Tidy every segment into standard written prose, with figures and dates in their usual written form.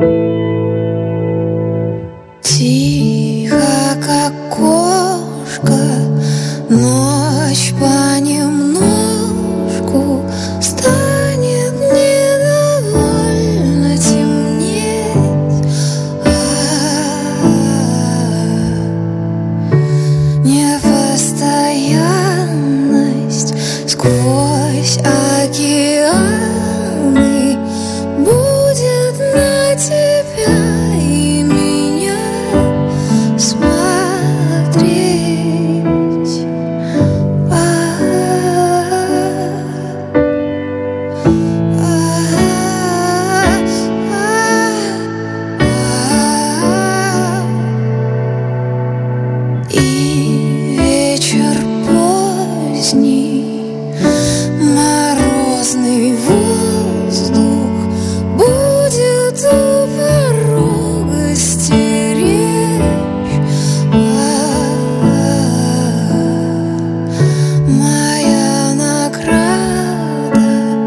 Тихо, как кошка, ночь понемножку станет недовольно темнеть. Непостоянность сквозь океаны будет на тебя и меня смотреть. И вечер поздний, морозный воздух будет у порога стеречь. Моя награда,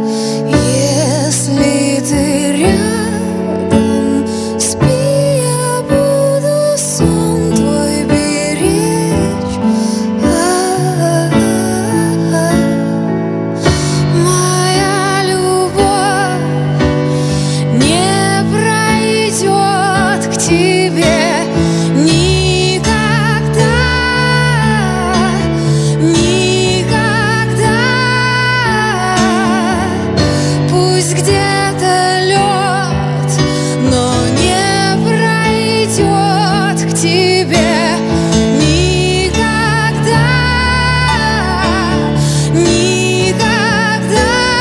если ты рядом, спи, я буду сон твой беречь. Моя любовь не пройдет к тебе никогда, никогда. Пусть где-то лед, но не пройдет к тебе никогда, никогда.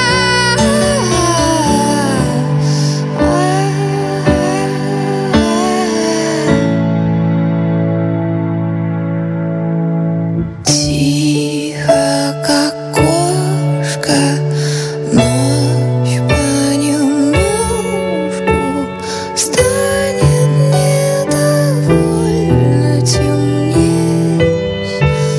Тихо, как кошка, ночь понемножку станет недовольно темнеть.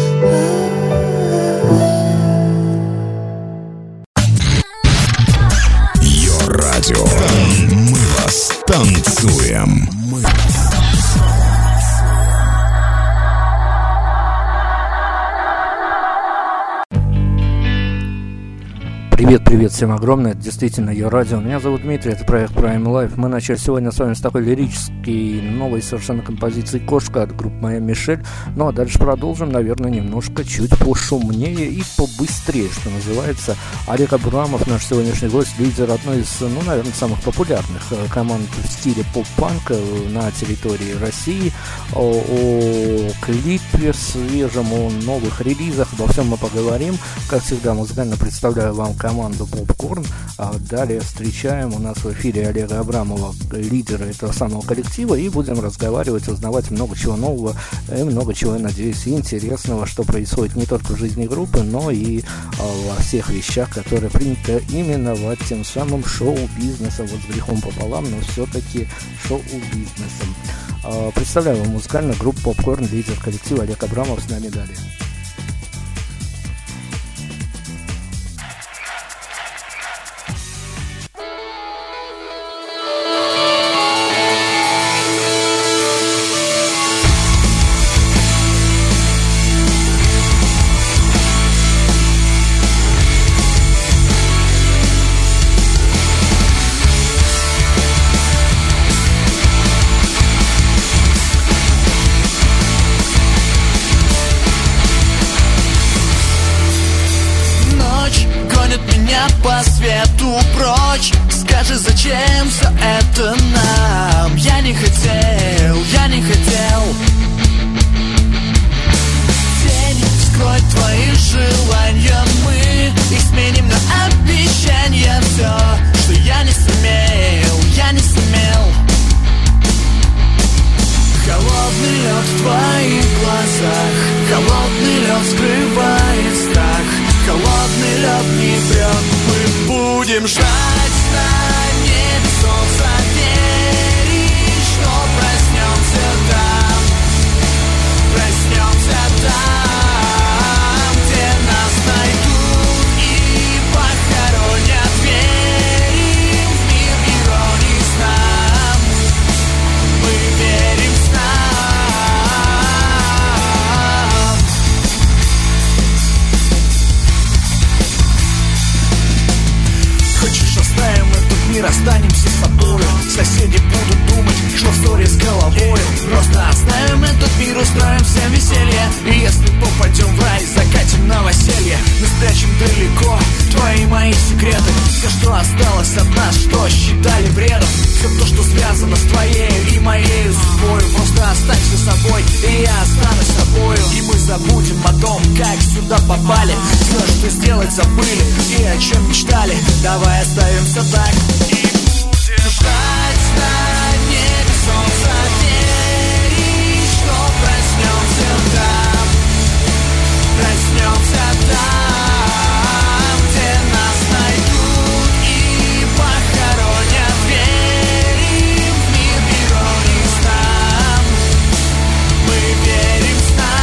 Йо-радио. Мы вас танцуем. Привет всем огромное, это действительно Йо-радио. Меня зовут Дмитрий, это проект Prime Life. Мы начали сегодня с вами с такой лирической, новой совершенно композиции «Кошка» от группы «Моя Мишель». Ну а дальше продолжим, наверное, немножко чуть пошумнее и побыстрее, что называется. Олег Абрамов, наш сегодняшний гость, лидер одной из, наверное, самых популярных команд в стиле поп-панка на территории России. О клипе свежем, о новых релизах, обо всем мы поговорим. Как всегда, музыкально представляю вам команду Popcorn. Далее встречаем у нас в эфире Олега Абрамова, лидера этого самого коллектива, и будем разговаривать, узнавать много чего нового и много чего, я надеюсь, интересного, что происходит не только в жизни группы, но и во всех вещах, которые принято именовать тем самым шоу-бизнесом, вот с грехом пополам, но все-таки шоу-бизнесом. Представляю вам музыкальную группу Popcorn, лидер коллектива Олег Абрамов с нами далее. По свету прочь, скажи, зачем все это нам? Я не хотел. Тень скроет твои желания, мы их сменим на обещания. Все, что я не сумел. Холодный лед в твоих глазах, холодный лед скрывает страх. Холодный лед не прет, мы будем ждать на небе солнца. Веришь, что проснемся там, где нас найдут и похоронят. Веришь, устроим всем веселье. И если попадем в рай, закатим новоселье. Мы спрячем далеко твои и мои секреты. Все, что осталось от нас, что считали бредом. Все то, что связано с твоей и моей судьбой. Просто останься собой, и я останусь собою. И мы забудем о том, как сюда попали. Все, что сделать забыли и о чем мечтали. Давай оставим все так и будем ждать на небе солнца. Верить, что проснемся там. Проснемся там, где нас найдут и похоронят. Верим в мир героев снам. Мы верим в снам.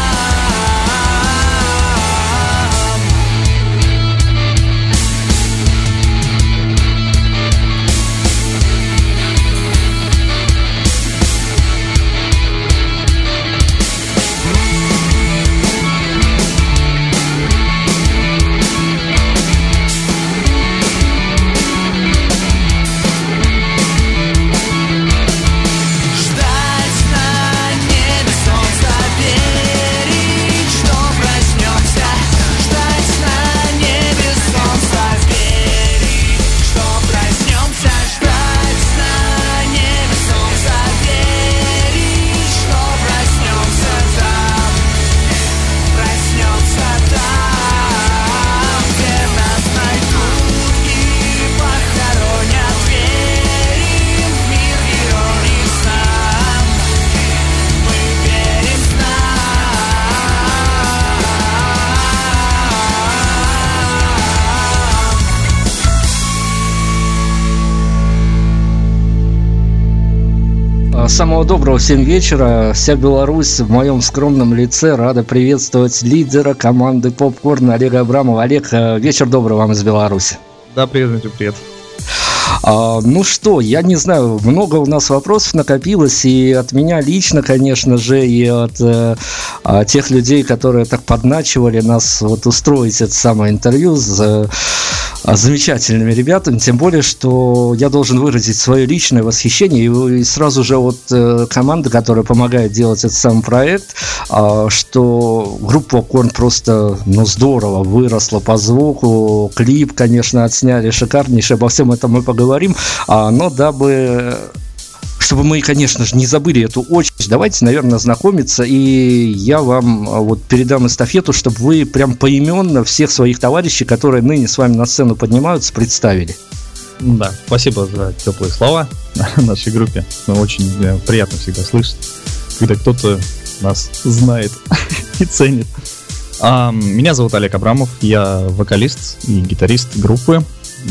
Самого доброго всем вечера. Вся Беларусь в моем скромном лице рада приветствовать лидера команды Попкорн Олега Абрамова. Олег, вечер добрый вам из Беларуси. Да, привет, привет. Ну что, я не знаю, много у нас вопросов накопилось, и от меня лично, конечно же, и от тех людей, которые так подначивали нас вот устроить это самое интервью с замечательными ребятами, тем более, что я должен выразить свое личное восхищение, и сразу же вот команда, которая помогает делать этот самый проект, что группа Попкорн просто, здорово выросла по звуку, клип, конечно, отсняли шикарнейший, обо всем этом мы поговорим, но дабы... Чтобы мы, конечно же, не забыли эту очередь, давайте, наверное, знакомиться, и я вам вот передам эстафету, чтобы вы прям поименно всех своих товарищей, которые ныне с вами на сцену поднимаются, представили. Да, спасибо за теплые слова о нашей группе. Очень приятно всегда слышать, когда кто-то нас знает и ценит. Меня зовут Олег Абрамов, я вокалист и гитарист группы.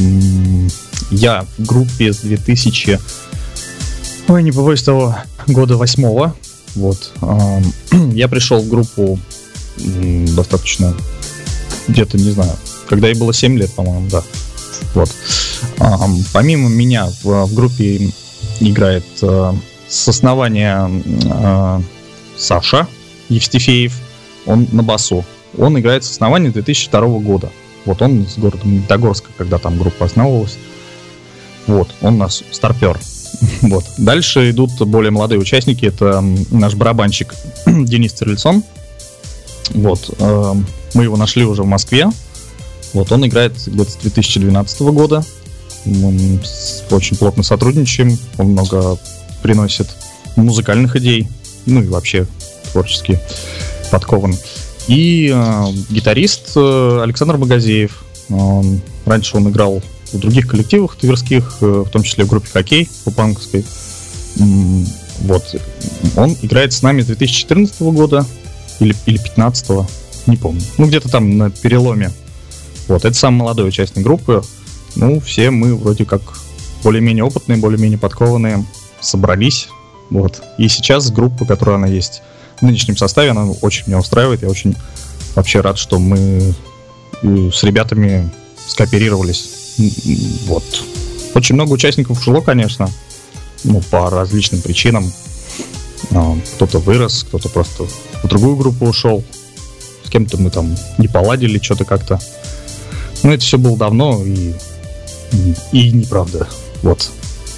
Я в группе с 2000... Ой, не побоюсь того, года 8-го. Вот. Я пришел в группу достаточно, где-то, не знаю, когда ей было 7 лет, по-моему, да. Вот. Помимо меня в группе играет с основания Саша Евстифеев, он на басу. Он играет с основания 2002 года. Вот он с города Магнитогорска, когда там группа основывалась. Вот, он у нас старпер. Вот. Дальше идут более молодые участники. Это наш барабанщик Денис Церлицон. Вот. Мы его нашли уже в Москве. Вот. Он играет где-то с 2012 года. Мы очень плотно сотрудничаем. Он много приносит музыкальных идей. Ну и вообще творчески подкован. И гитарист Александр Багазеев. Раньше он играл в других коллективах тверских, в том числе в группе «Хоккей» попанковской. Вот. Он играет с нами с 2014 года или 2015, не помню. Ну, где-то там на переломе. Вот. Это самый молодой участник группы. Ну, все мы вроде как более-менее опытные, более-менее подкованные, собрались. Вот. И сейчас группа, которая она есть в нынешнем составе, она очень меня устраивает. Я очень вообще рад, что мы с ребятами скооперировались. Вот. Очень много участников ушло, конечно. Ну, по различным причинам. Кто-то вырос, кто-то просто в другую группу ушел. С кем-то мы там не поладили что-то как-то. Но это все было давно и неправда. Вот.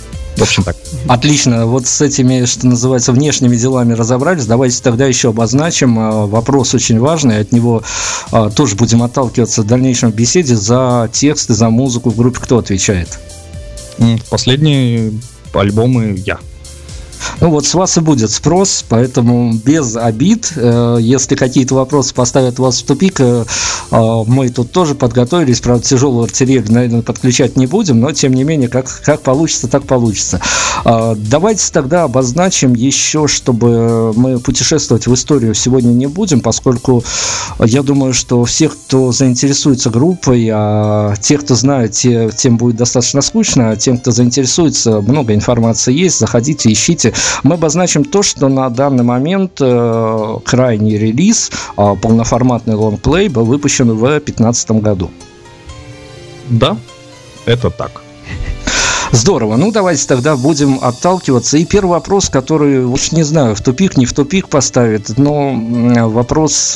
В общем, так. Отлично. Вот с этими, что называется, внешними делами разобрались. Давайте тогда еще обозначим. Вопрос очень важный. От него тоже будем отталкиваться в дальнейшем в беседе. За тексты, за музыку в группе кто отвечает? Последние альбомы я. Ну вот с вас и будет спрос, поэтому без обид. Если какие-то вопросы поставят вас в тупик, мы тут тоже подготовились. Правда, тяжелую артиллерию, наверное, подключать не будем, но тем не менее, как получится, так получится. Давайте тогда обозначим еще, чтобы мы путешествовать в историю сегодня не будем, поскольку я думаю, что всех, кто заинтересуется группой, а тех, кто знает, тем будет достаточно скучно, а тем, кто заинтересуется, много информации есть, заходите, ищите. Мы обозначим то, что на данный момент крайний релиз, полноформатный лонгплей, был выпущен в 2015 году. Да, это так. Здорово. Ну, давайте тогда будем отталкиваться. И первый вопрос, который, уж не знаю, в тупик, не в тупик поставит, но вопрос...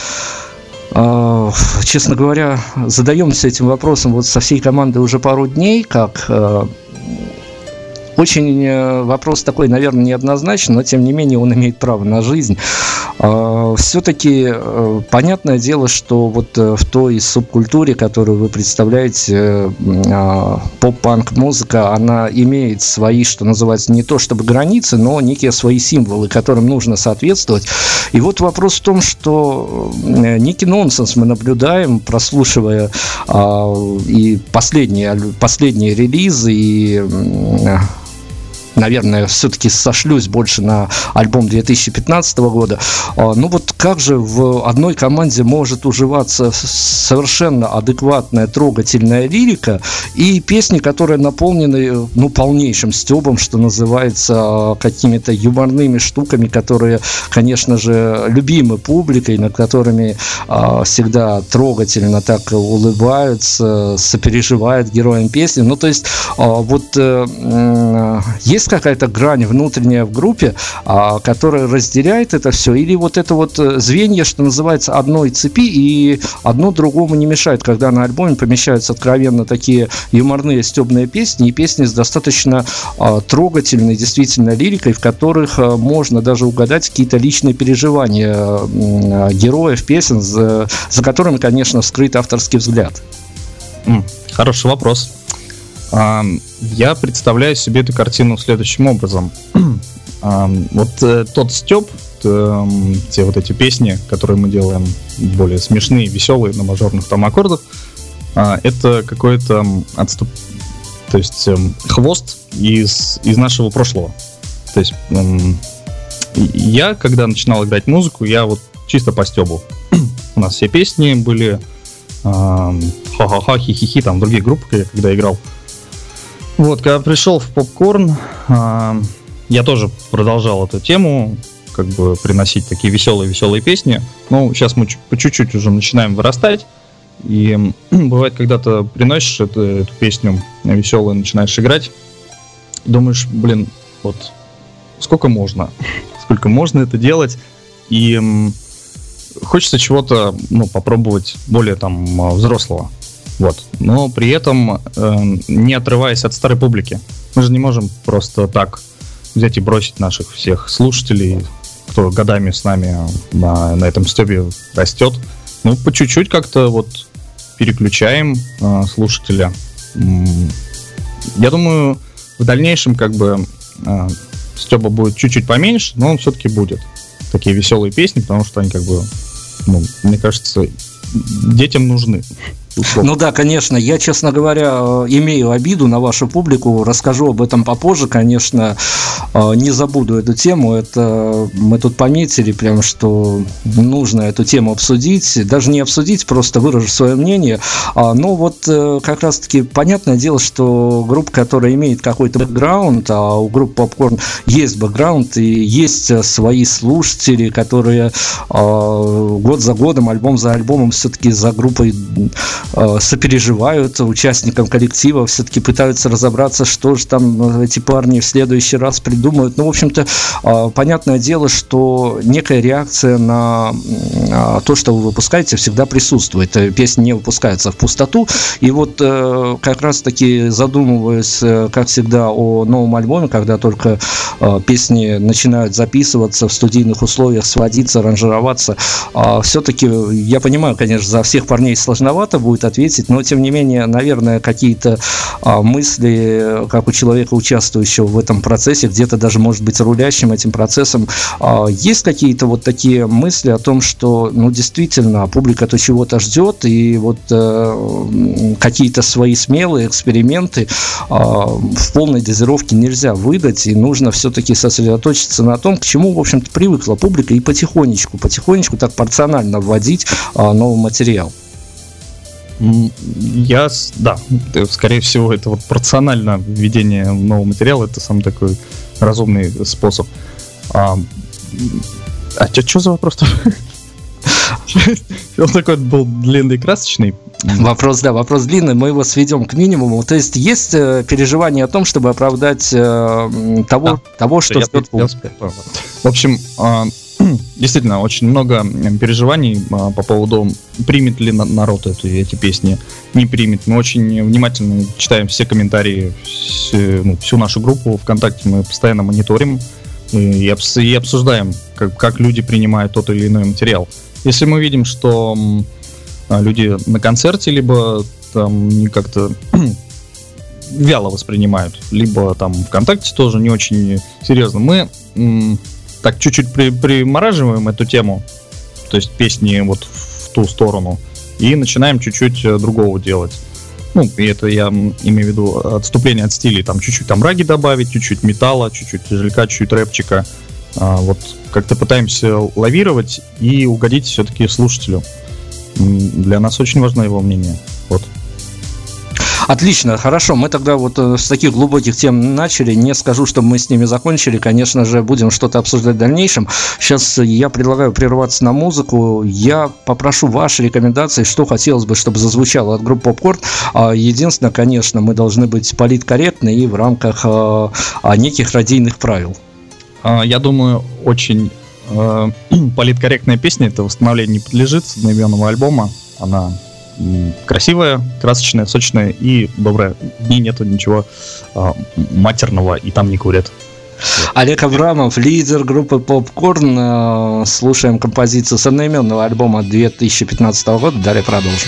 Честно говоря, задаемся этим вопросом вот со всей командой уже пару дней, как... Очень вопрос такой, наверное, неоднозначный, но тем не менее он имеет право на жизнь. Все-таки понятное дело, что вот в той субкультуре, которую вы представляете, поп-панк музыка, она имеет свои, что называется, не то чтобы границы, но некие свои символы, которым нужно соответствовать. И вот вопрос в том, что некий нонсенс мы наблюдаем, прослушивая и последние релизы, и... Наверное, все-таки сошлюсь больше на альбом 2015 года. Ну вот как же в одной команде может уживаться совершенно адекватная, трогательная лирика и песни, которые наполнены, полнейшим стёбом, что называется, какими-то юморными штуками, которые, конечно же, любимы публикой, над которыми всегда трогательно так улыбаются, сопереживают героям песни. Ну, то есть, есть какая-то грань внутренняя в группе, которая разделяет это все, или вот это вот звенья, что называется, одной цепи, и одно другому не мешает, когда на альбоме помещаются откровенно такие юморные стебные песни, и песни с достаточно трогательной, действительно, лирикой, в которых можно даже угадать какие-то личные переживания героев песен, за которыми, конечно, скрыт авторский взгляд. Хороший вопрос. Я представляю себе эту картину следующим образом. Вот тот стёб, те вот эти песни, которые мы делаем более смешные, веселые, на мажорных там аккордах, это какой-то отступ, то есть хвост из нашего прошлого. То есть я, когда начинал играть музыку, я вот чисто по стёбу. У нас все песни были ха-ха-ха, хи-хи-хи, там другие группы, когда я играл. Вот, когда пришел в попкорн, я тоже продолжал эту тему, как бы приносить такие веселые песни. Ну, сейчас мы по чуть-чуть уже начинаем вырастать. И бывает, когда ты приносишь эту песню веселую, начинаешь играть, думаешь, вот сколько можно это делать. И хочется чего-то, попробовать более там взрослого. Вот. Но при этом не отрываясь от старой публики. Мы же не можем просто так взять и бросить наших всех слушателей, кто годами с нами на этом стёбе растет. Ну, по чуть-чуть как-то вот переключаем слушателя. Я думаю, в дальнейшем как бы стёба будет чуть-чуть поменьше, но он все-таки будет. Такие веселые песни, потому что они как бы, мне кажется, детям нужны. Ну да, конечно, я, честно говоря, имею обиду на вашу публику, расскажу об этом попозже, конечно, не забуду эту тему, это мы тут пометили прям, что нужно эту тему обсудить, даже не обсудить, просто выражу свое мнение, но вот как раз-таки понятное дело, что группа, которая имеет какой-то бэкграунд, а у группы Popcorn есть бэкграунд и есть свои слушатели, которые год за годом, альбом за альбомом все-таки за группой сопереживают участникам коллектива, все-таки пытаются разобраться, что же там эти парни в следующий раз придумают. Ну, в общем-то, понятное дело, что некая реакция на то, что вы выпускаете, всегда присутствует. Песни не выпускаются в пустоту. И вот как раз-таки задумываясь, как всегда, о новом альбоме, когда только песни начинают записываться в студийных условиях, сводиться, аранжироваться, все-таки я понимаю, конечно, за всех парней сложновато будет ответить, но тем не менее, наверное, какие-то мысли, как у человека, участвующего в этом процессе, где-то даже, может быть, рулящим этим процессом, есть какие-то вот такие мысли о том, что, ну, действительно, публика-то чего-то ждет, и вот какие-то свои смелые эксперименты в полной дозировке нельзя выдать, и нужно все-таки сосредоточиться на том, к чему, в общем-то, привыкла публика, и потихонечку так порционально вводить новый материал. Да, скорее всего, это вот порционально введение нового материала, это самый такой разумный способ. Что за вопрос-то? Он такой был длинный и красочный. Вопрос длинный, мы его сведем к минимуму. То есть переживание о том, чтобы оправдать того, что ждет публика. В общем, действительно, очень много переживаний по поводу, примет ли народ эти песни, не примет. Мы очень внимательно читаем все комментарии, всю нашу группу ВКонтакте мы постоянно мониторим и обсуждаем, как люди принимают тот или иной материал. Если мы видим, что люди на концерте либо там как-то вяло воспринимают, либо там ВКонтакте тоже не очень серьезно, мы так чуть-чуть примораживаем эту тему, то есть песни вот в ту сторону, и начинаем чуть-чуть другого делать. Ну, и это я имею в виду отступление от стилей, там чуть-чуть там раги добавить, чуть-чуть металла, чуть-чуть тяжелька, чуть-чуть рэпчика. Вот как-то пытаемся лавировать и угодить все-таки слушателю. Для нас очень важно его мнение. Вот. Отлично, хорошо, мы тогда вот с таких глубоких тем начали, не скажу, что мы с ними закончили, конечно же, будем что-то обсуждать в дальнейшем. Сейчас я предлагаю прерваться на музыку, я попрошу ваши рекомендации, что хотелось бы, чтобы зазвучало от группы Попкорн. Единственное, конечно, мы должны быть политкорректны и в рамках неких радийных правил. Я думаю, очень политкорректная песня, это «Восстановление не подлежит» с одноименного альбома, она красивая, красочная, сочная и добрая. В ней нету ничего матерного, и там не курят. Олег Абрамов, лидер группы Попкорн. Слушаем композицию с одноименного альбома 2015 года. Далее продолжим.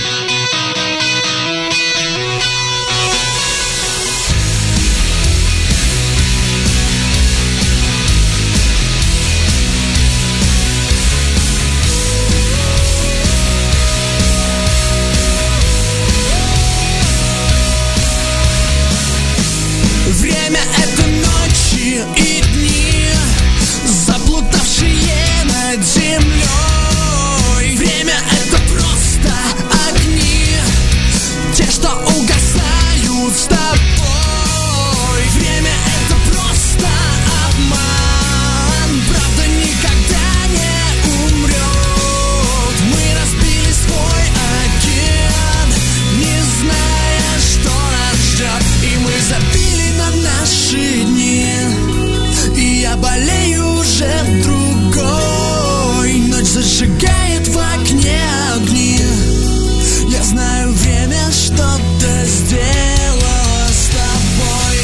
Время — это ночи и дни, заплутавшие над землей. Время — это просто огни, те, что угасают с тобой. Время — это просто обман, правда никогда не умрет. Мы разбили свой океан, не зная, что нас ждет, и мы забили на наши дни. И я болею уже другой. Ночь зажигает в окне огни. Я знаю, время что-то сделало с тобой.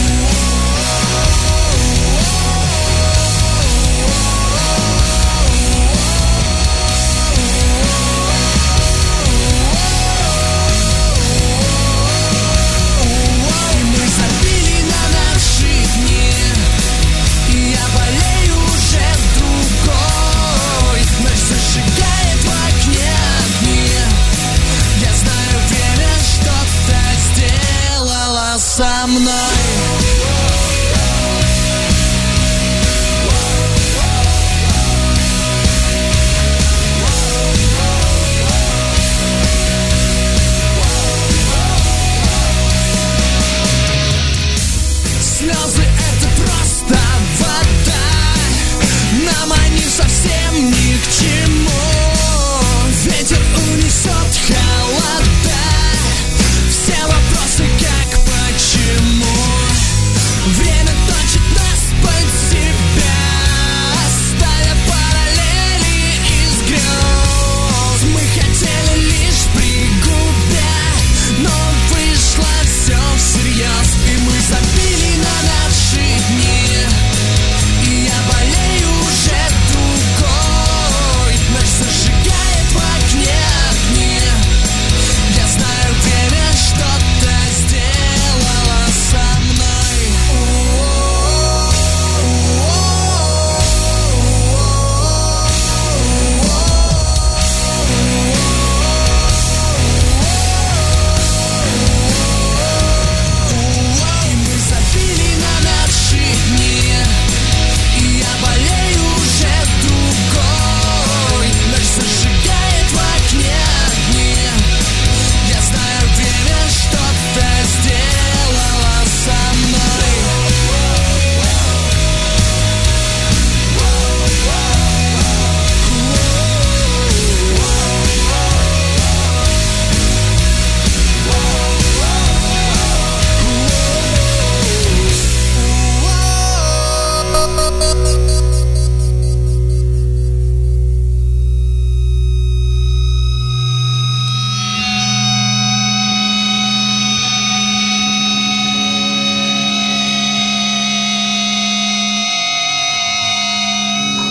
И мы забили на наши дни. И я болею уже другой. Ночь зажигает в окне огни. Я знаю, время что-то сделало со мной. Слезы — это просто вода, нам они совсем ни к чему. Ветер унесет холода,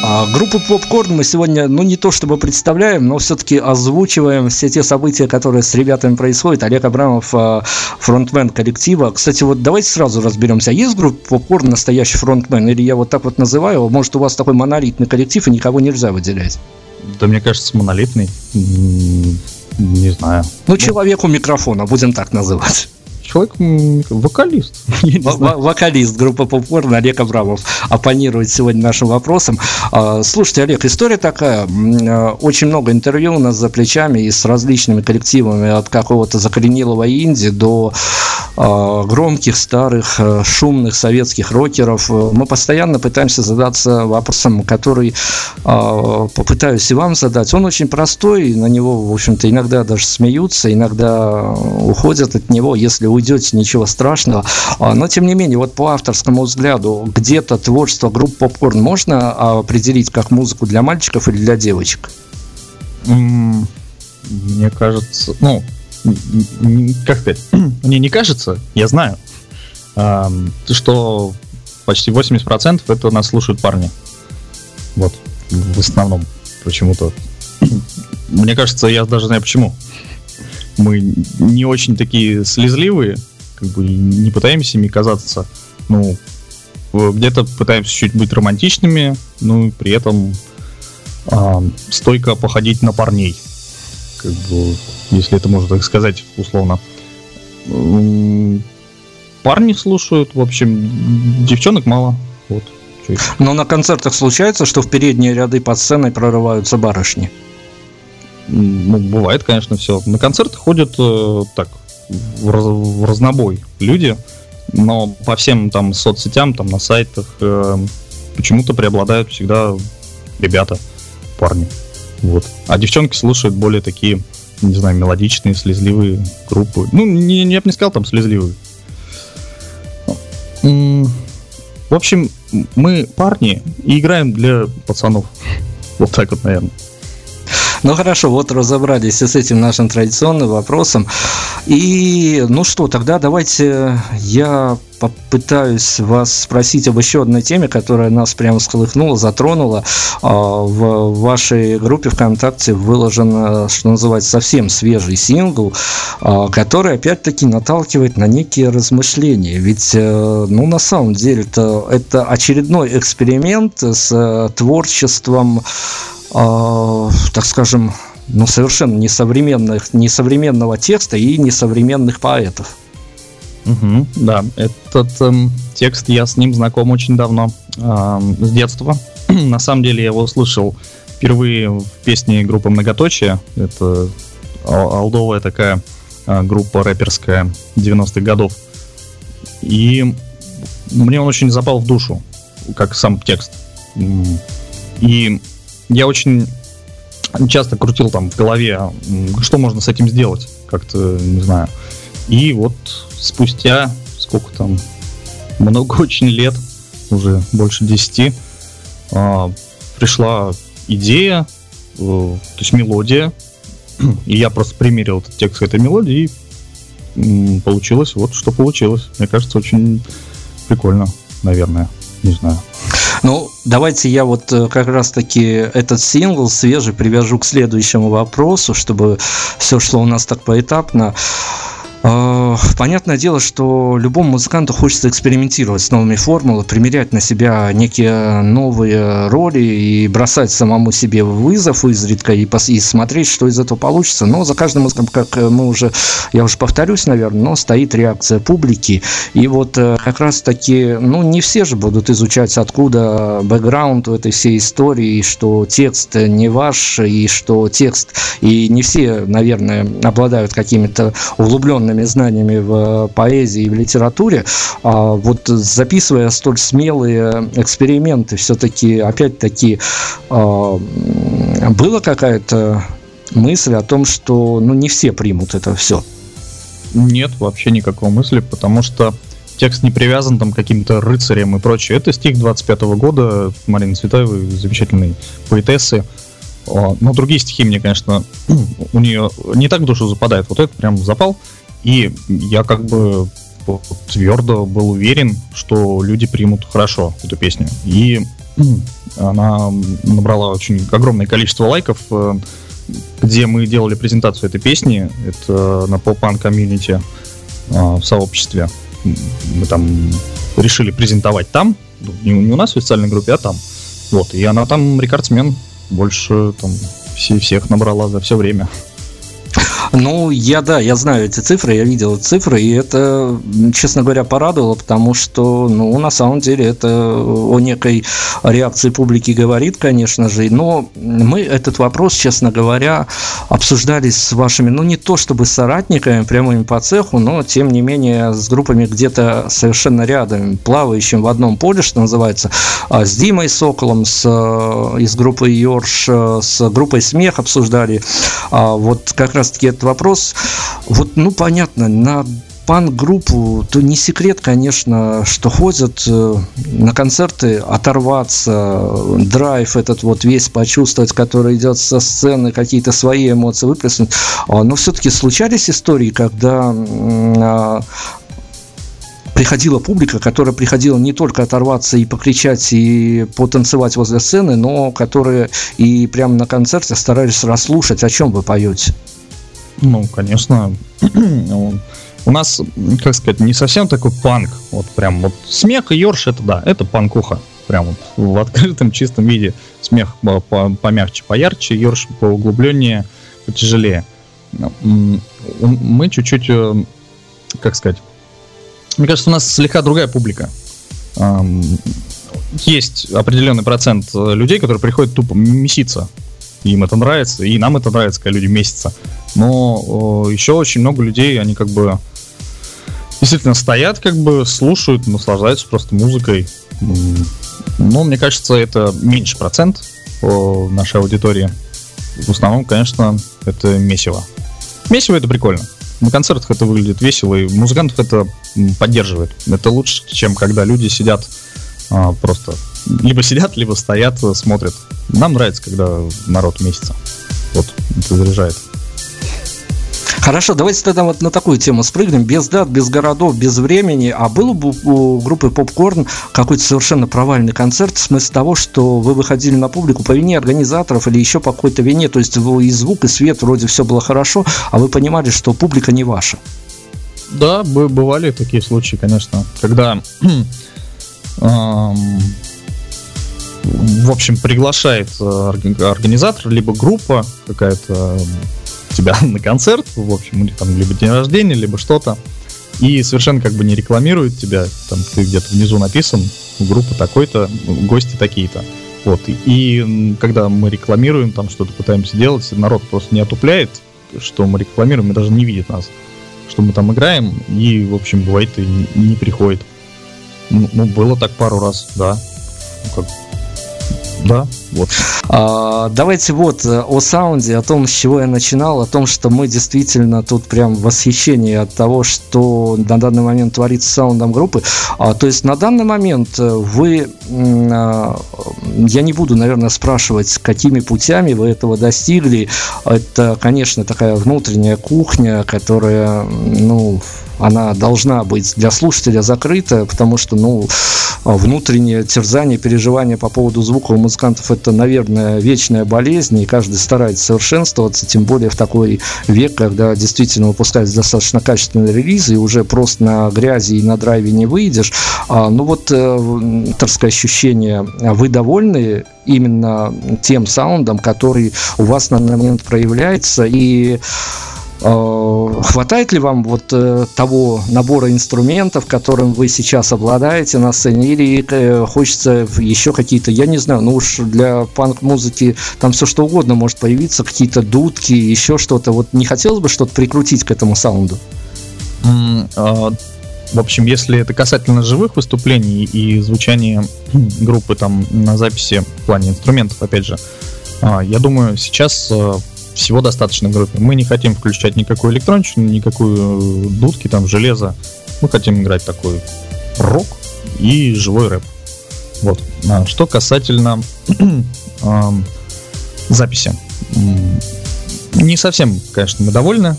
Группу Popcorn мы сегодня, не то чтобы представляем, но все-таки озвучиваем все те события, которые с ребятами происходят. Олег Абрамов, фронтмен коллектива. Кстати, вот давайте сразу разберемся. Есть в группе Popcorn настоящий фронтмен? Или я вот так вот называю? Может, у вас такой монолитный коллектив и никого нельзя выделять? Да, мне кажется, монолитный. Не знаю. Человек у микрофона, будем так называть. Человек, вокалист. Вокалист группы Popcorn Олег Абрамов оппонирует сегодня нашим вопросам. Слушайте, Олег, история такая. Очень много интервью у нас за плечами и с различными коллективами, от какого-то закоренелого инди до громких, старых, шумных советских рокеров. Мы постоянно пытаемся задаться вопросом, который попытаюсь и вам задать. Он очень простой, на него, в общем-то, иногда даже смеются, иногда уходят от него. Если уйдете, ничего страшного. Но, тем не менее, вот по авторскому взгляду, где-то творчество группы Popcorn можно определить как музыку для мальчиков или для девочек? Мне кажется, как сказать, мне не кажется, я знаю, что почти 80% это нас слушают парни. Вот, в основном, почему-то. Мне кажется, я даже знаю почему. Мы не очень такие слезливые, не пытаемся ими казаться, где-то пытаемся чуть быть романтичными, и при этом стойко походить на парней, если это можно так сказать условно. Парни слушают, в общем, девчонок мало. Вот. Но на концертах случается, что в передние ряды под сценой прорываются барышни? Бывает, конечно, все. На концерты ходят так, в разнобой люди, но по всем там соцсетям, там на сайтах почему-то преобладают всегда ребята, парни. Вот. А девчонки слушают более такие, не знаю, мелодичные, слезливые группы. Я бы не сказал там слезливые. В общем, мы парни и играем для пацанов. Вот так вот, наверное. Хорошо, вот разобрались с этим нашим традиционным вопросом. И, тогда давайте я попытаюсь вас спросить об еще одной теме, которая нас прямо всколыхнула, затронула. В вашей группе ВКонтакте выложен, что называется, совсем свежий сингл, который, опять-таки, наталкивает на некие размышления. Ведь, на самом деле, это очередной эксперимент с творчеством, так скажем, совершенно несовременного текста и несовременных поэтов. Да, этот текст, я с ним знаком очень давно, с детства. На самом деле я его услышал впервые в песне группы «Многоточие». Это олдовая такая группа рэперская 90-х годов. И мне он очень запал в душу, как сам текст. И я очень часто крутил там в голове, что можно с этим сделать, как-то, не знаю. И вот спустя, сколько там, много очень лет, уже больше 10, пришла идея, то есть мелодия, и я просто примерил этот текст к этой мелодии, и получилось вот что получилось. Мне кажется, очень прикольно, наверное, не знаю. Давайте я вот как раз-таки этот сингл свежий привяжу к следующему вопросу, чтобы все шло у нас так поэтапно. Понятное дело, что любому музыканту хочется экспериментировать с новыми формулами, примерять на себя некие новые роли и бросать самому себе вызов изредка и смотреть, что из этого получится. Но за каждым музыком, как я уже повторюсь, наверное, но стоит реакция публики. И вот как раз-таки, не все же будут изучать, откуда бэкграунд у этой всей истории, и что текст не ваш, и что текст, и не все, наверное, обладают какими-то углубленными знаниями в поэзии и в литературе. Вот записывая столь смелые эксперименты, все-таки, опять-таки, была какая-то мысль о том, что не все примут это все? Нет, вообще никакой мысли, потому что текст не привязан там к каким-то рыцарям и прочее. Это стих 25-го года Марины Цветаевой, замечательной поэтессы. Но другие стихи мне, конечно, у нее не так в душу западают. Вот этот прям запал. И я твердо был уверен, что люди примут хорошо эту песню. И она набрала очень огромное количество лайков, где мы делали презентацию этой песни. Это на Pop-Punk комьюнити в сообществе. Мы там решили презентовать там, не у нас в официальной группе, а там. Вот, и она там рекордсмен, больше там всех набрала за все время. Ну, я знаю эти цифры, я видел эти цифры, и это, честно говоря, порадовало, потому что, на самом деле, это о некой реакции публики говорит, конечно же, но мы этот вопрос, честно говоря, обсуждали с вашими, не то чтобы соратниками, прямыми по цеху, но, тем не менее, с группами где-то совершенно рядом, плавающим в одном поле, что называется, с Димой Соколом, из группы Йорш, с группой Смех обсуждали, вот как раз-таки этот вопрос, понятно, на панк-группу, то не секрет, конечно, что ходят на концерты оторваться, драйв этот весь почувствовать, который идет со сцены, какие-то свои эмоции выплеснуть, но все-таки случались истории, когда приходила публика, которая приходила не только оторваться и покричать, и потанцевать возле сцены, но которые и прямо на концерте старались расслушать, о чем вы поете. Конечно. У нас, как сказать, не совсем такой панк. Смех и Йорш, это панкуха. Прям в открытом, чистом виде. Смех помягче, поярче, Йорш поуглубленнее, потяжелее. Мы чуть-чуть, как сказать, мне кажется, у нас слегка другая публика. Есть определенный процент людей, которые приходят тупо меситься. Им это нравится, и нам это нравится, когда люди месяца. Но еще очень много людей, они действительно стоят, слушают, наслаждаются просто музыкой. Но мне кажется, это меньше процент по нашей аудитории. В основном, конечно, это месиво. Месиво — это прикольно. На концертах это выглядит весело, и музыкантов это поддерживает. Это лучше, чем когда люди сидят просто... Либо сидят, либо стоят, смотрят. Нам нравится, когда народ месяца. Это заряжает. Хорошо, давайте тогда на такую тему спрыгнем. Без дат, без городов, без времени. А был бы у группы Popcorn какой-то совершенно провальный концерт, в смысле того, что вы выходили на публику по вине организаторов или еще по какой-то вине, то есть и звук, и свет, вроде все было хорошо, а вы понимали, что публика не ваша? Да, бывали такие случаи, конечно, когда... в общем, приглашает организатор, либо группа какая-то тебя на концерт, в общем, там либо день рождения, либо что-то, и совершенно не рекламирует тебя, там ты где-то внизу написан, группа такой-то, гости такие-то. И когда мы рекламируем, там что-то пытаемся делать, народ просто не отупляет, что мы рекламируем, и даже не видит нас, что мы там играем, и, в общем, бывает и не приходит. Было так пару раз, да. Да, давайте о саунде, о том, с чего я начинал, о том, что мы действительно тут прям в восхищении от того, что на данный момент творится с саундом группы. То есть на данный момент вы, я не буду, наверное, спрашивать, какими путями вы этого достигли. Это, конечно, такая внутренняя кухня, которая, она должна быть для слушателя закрыта, потому что, внутреннее терзание, переживание по поводу звука у музыкантов — это, наверное, вечная болезнь, и каждый старается совершенствоваться, тем более в такой век, когда действительно выпускаются достаточно качественные релизы, и уже просто на грязи и на драйве не выйдешь. Авторское ощущение, вы довольны именно тем саундом, который у вас на данный момент проявляется, и хватает ли вам того набора инструментов, которым вы сейчас обладаете на сцене, или хочется еще какие-то, я не знаю, уж для панк-музыки там все что угодно может появиться, какие-то дудки, еще что-то, не хотелось бы что-то прикрутить к этому саунду? В общем, если это касательно живых выступлений и звучания группы там на записи в плане инструментов, опять же, я думаю, сейчас всего достаточно в группе. Мы не хотим включать никакую электронщину, никакую дудки, там, железо. Мы хотим играть такой рок и живой рэп. Что касательно записи. Не совсем, конечно, мы довольны.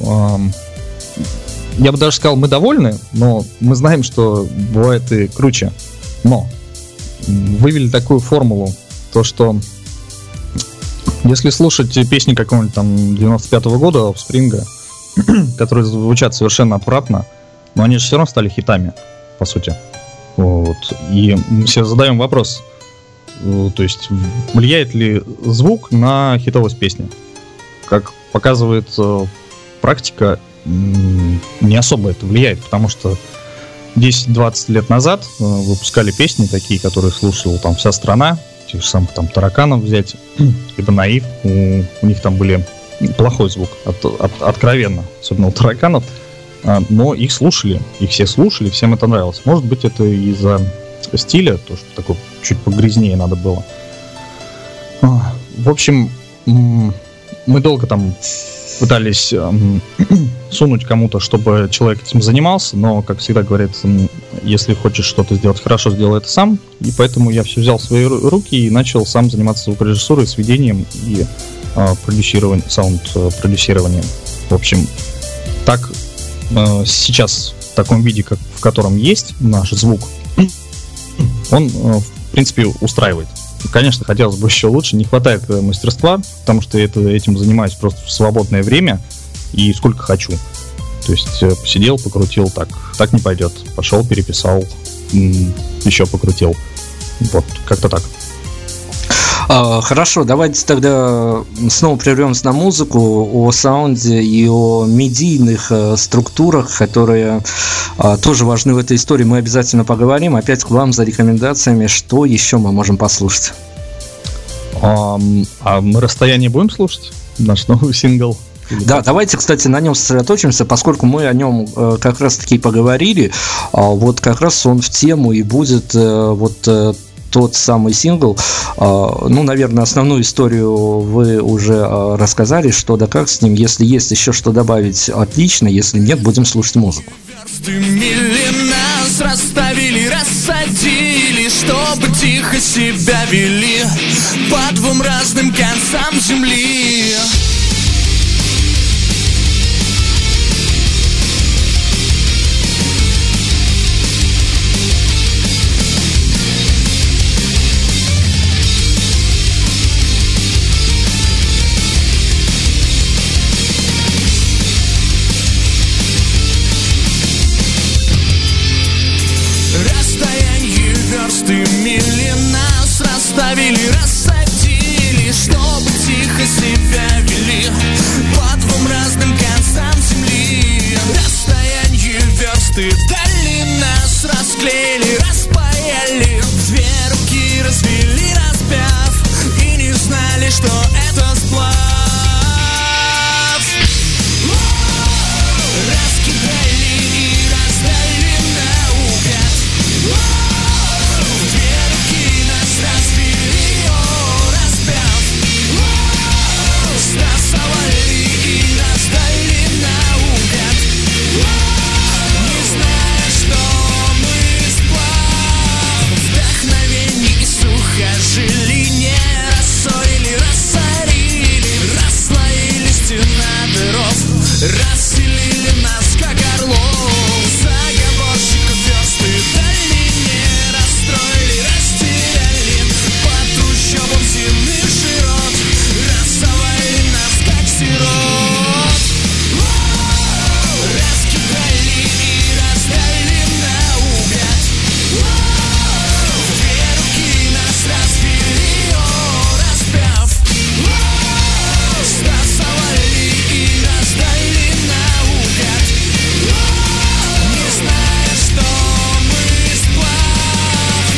Я бы даже сказал, мы довольны, но мы знаем, что бывает и круче. Но вывели такую формулу, то что если слушать песни какого-нибудь там 95-го года Offspring, которые звучат совершенно аппаратно, но они же все равно стали хитами, по сути. Вот. И мы себе задаем вопрос, то есть влияет ли звук на хитовость песни? Как показывает практика, не особо это влияет, потому что 10-20 лет назад выпускали песни такие, которые слушала там вся страна, тех же самых там Тараканов взять, либо Наив, у них там были плохой звук, откровенно, особенно у Тараканов, но их слушали, их все слушали, всем это нравилось. Может быть, это из-за стиля, то, что такое чуть погрязнее надо было. В общем, мы долго там пытались сунуть кому-то, чтобы человек этим занимался, но, как всегда говорят, если хочешь что-то сделать хорошо, сделай это сам. И поэтому я все взял в свои руки и начал сам заниматься звукорежиссурой, сведением и саунд-продюсированием. В общем, так сейчас в таком виде, в котором есть наш звук, он, в принципе, устраивает. Конечно, хотелось бы еще лучше, не хватает мастерства, потому что этим занимаюсь просто в свободное время и сколько хочу. То есть посидел, покрутил, так не пойдет. Пошел, переписал, еще покрутил. Вот, как-то так. Хорошо, давайте тогда снова прервемся на музыку, о саунде и о медийных структурах, которые тоже важны в этой истории. Мы обязательно поговорим. Опять к вам за рекомендациями, что еще мы можем послушать. А мы «Расстояние» будем слушать? Наш новый сингл? Да, давайте, кстати, на нем сосредоточимся, поскольку мы о нем как раз-таки поговорили. Вот как раз он в тему и будет тот самый сингл. Ну, наверное, основную историю вы уже рассказали, что да как с ним. Если есть еще что добавить, отлично. Если нет, будем слушать музыку. Мили нас расставили, рассадили, чтобы тихо себя вели по двум разным концам земли. Мили нас расставили, рассадили, чтобы тихо себя вели по двум разным концам земли. Расстояние версты вдали нас расклеили, распаяли, две руки развели, распяв, и не знали, что это сплав. Раскидали и раздали наугад. Жили, не рассорили, рассорили, расслоили стена дыров, расселили нас, как орлов. Заговорщиков версты дали, не расстроили, растеряли по трущобам земных широт, рассовали нас, как сирот. Раскидали и раздали наугад. Две руки нас развели, распяв, стасовали и раздали наугад, не зная, что мы сплав.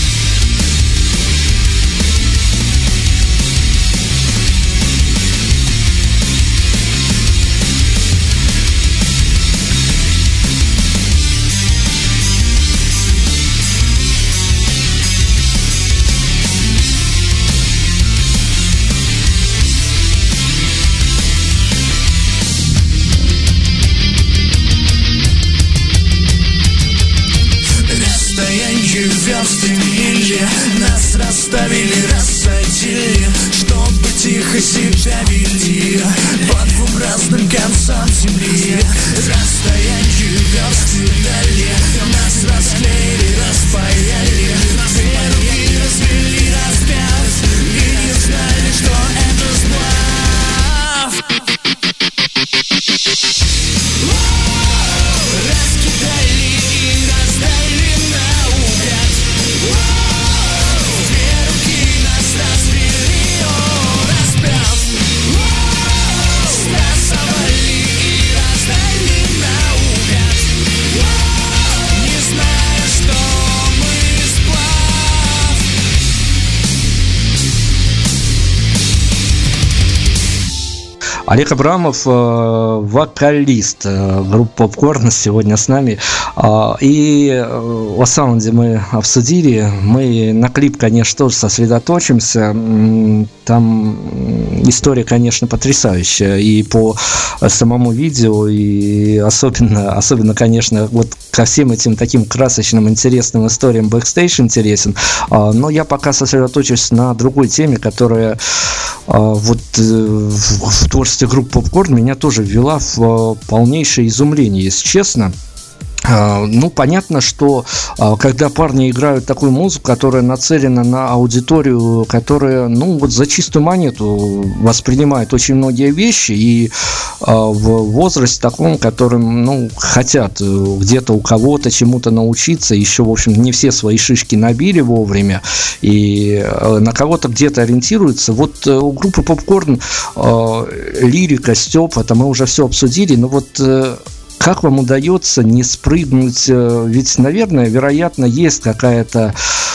Расстояние версты мили нас расставили, рассадили, чтобы тихо себя вели по двум разным концам земли. Расстояние версты дали, нас расклеили, распаяли, две руки Олег Абрамов, вокалист группы Popcorn, сегодня с нами. И о саунде мы обсудили. Мы на клип, конечно, тоже сосредоточимся. Там история, конечно, потрясающая. И по самому видео, и особенно, конечно, вот ко всем этим таким красочным, интересным историям бэкстейдж интересен. Но я пока сосредоточусь на другой теме, которая вот в творчестве группы Popcorn меня тоже ввела в полнейшее изумление, если честно. Ну, понятно, что когда парни играют такую музыку, которая нацелена на аудиторию, которая, ну, вот за чистую монету воспринимает очень многие вещи, и в возрасте таком, которым, ну, хотят где-то у кого-то чему-то научиться, еще, в общем, не все свои шишки набили вовремя, и на кого-то где-то ориентируются. Вот у группы Popcorn лирика, стёб, это мы уже все обсудили, но вот как вам удается не спрыгнуть? Ведь, наверное, вероятно, есть какая-то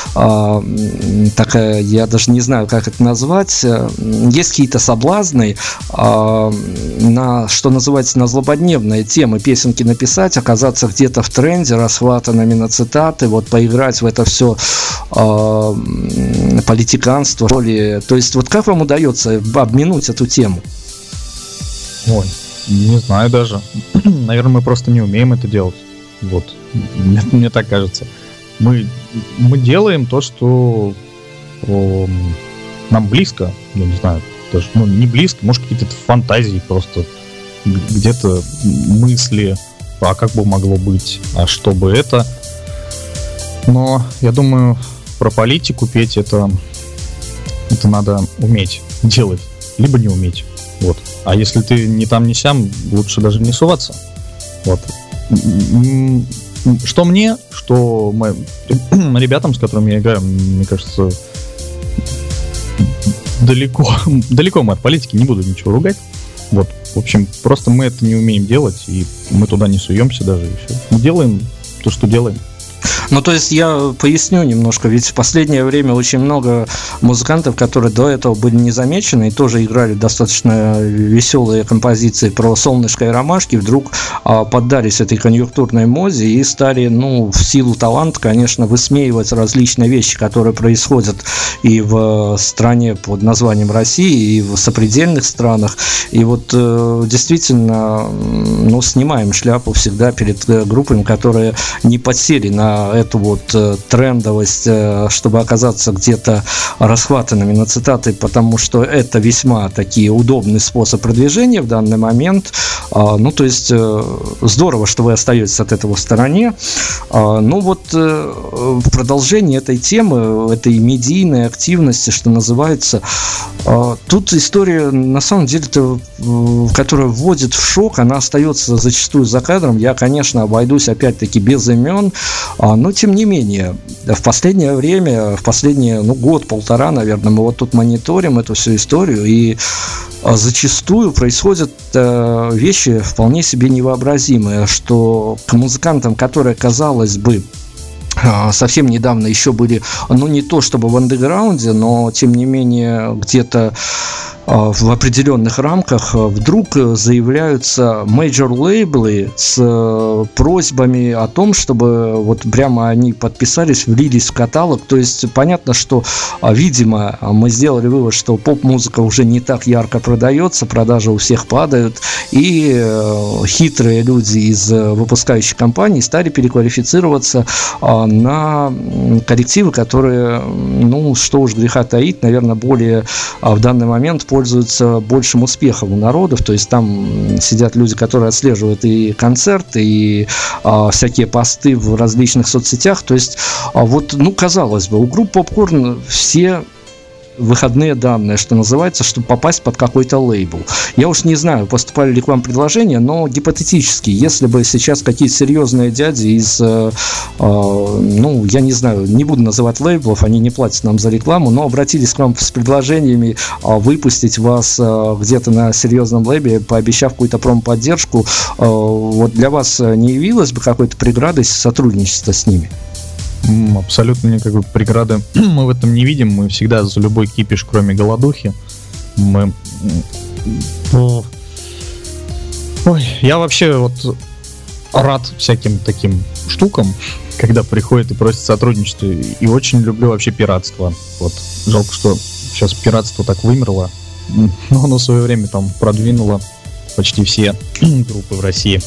такая, я даже не знаю, как это назвать, есть какие-то соблазны на, что называется, на злободневные темы песенки написать, оказаться где-то в тренде, расхватанными на цитаты, вот поиграть в это все политиканство, что ли. То есть, вот как вам удается обминуть эту тему? Ой, не знаю даже. Наверное, мы просто не умеем это делать. Вот. Мне так кажется. Мы делаем то, что нам близко. Я не знаю, даже не близко, может, какие-то фантазии просто. Где-то мысли, а как бы могло быть, а что бы это. Но я думаю, про политику петь это надо уметь делать, либо не уметь. Вот. А если ты ни там, ни сям, лучше даже не суваться. Вот. Что мне, что ребятам, с которыми я играю, мне кажется, далеко мы от политики, не буду ничего ругать. Вот. В общем, просто мы это не умеем делать, и мы туда не суемся даже, и все. Мы делаем то, что делаем. Ну, то есть я поясню немножко, ведь в последнее время очень много музыкантов, которые до этого были не замечены и тоже играли достаточно веселые композиции про солнышко и ромашки, вдруг поддались этой конъюнктурной моде и стали, ну, в силу таланта, конечно, высмеивать различные вещи, которые происходят и в стране под названием Россия, и в сопредельных странах. И вот действительно, ну, снимаем шляпу всегда перед группами, которые не подсели на эту вот трендовость, чтобы оказаться где-то расхватанными на цитаты, потому что это весьма такие удобный способ продвижения в данный момент. Ну, то есть здорово, что вы остаетесь от этого в стороне. Ну, вот в продолжении этой темы, этой медийной активности, что называется, тут история, на самом деле, которая вводит в шок, она остается зачастую за кадром. Я, конечно, обойдусь опять-таки без имен, но, тем не менее, в последнее время, год-полтора, наверное, мы вот тут мониторим эту всю историю, и зачастую происходят вещи вполне себе невообразимые, что к музыкантам, которые, казалось бы, совсем недавно еще были, ну, не то чтобы в андеграунде, но, тем не менее, где-то в определенных рамках вдруг заявляются мейджор-лейблы с просьбами о том, чтобы вот прямо они подписались, влились в каталог. То есть понятно, что, видимо, мы сделали вывод, что поп-музыка уже не так ярко продается, продажи у всех падают, и хитрые люди из выпускающих компаний стали переквалифицироваться на коллективы, которые, ну, что уж греха таить, наверное, более в данный момент пользуются большим успехом у народов, то есть там сидят люди, которые отслеживают и концерты, и всякие посты в различных соцсетях, то есть вот, ну, казалось бы, у группы Popcorn все выходные данные, что называется, чтобы попасть под какой-то лейбл. Я уж не знаю, поступали ли к вам предложения, но гипотетически, если бы сейчас какие-то серьезные дяди из, ну, я не знаю, не буду называть лейблов, они не платят нам за рекламу, но обратились к вам с предложениями выпустить вас где-то на серьезном лейбле, пообещав какую-то промо-поддержку, вот для вас не явилось бы какой-то преградой сотрудничества с ними? Абсолютно никакой преграды мы в этом не видим. Мы всегда за любой кипиш, кроме голодухи. Мы Ой, я вообще вот рад всяким таким штукам, когда приходят и просят сотрудничества, и очень люблю вообще пиратство. Вот жалко, что сейчас пиратство так вымерло, но оно в свое время там продвинуло почти все группы в России.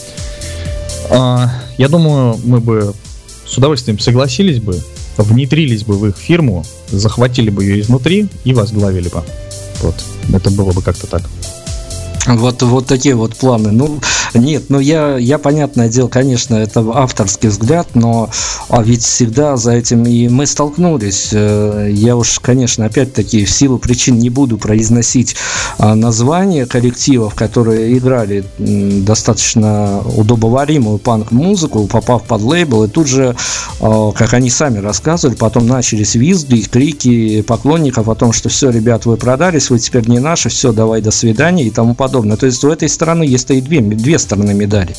Я думаю, мы бы с удовольствием согласились бы, внедрились бы в их фирму, захватили бы ее изнутри и возглавили бы. Вот, это было бы как-то так. Вот такие вот планы. Ну, нет, я, понятное дело, конечно, это авторский взгляд, но ведь всегда за этим и мы столкнулись. Я уж, конечно, опять-таки, в силу причин не буду произносить названия коллективов, которые играли достаточно удобоваримую панк-музыку, попав под лейбл, и тут же, как они сами рассказывали, потом начались визги, крики поклонников о том, что все, ребят, вы продались, вы теперь не наши, все, давай, до свидания и тому подобное. То есть у этой стороны есть и две стороны медали.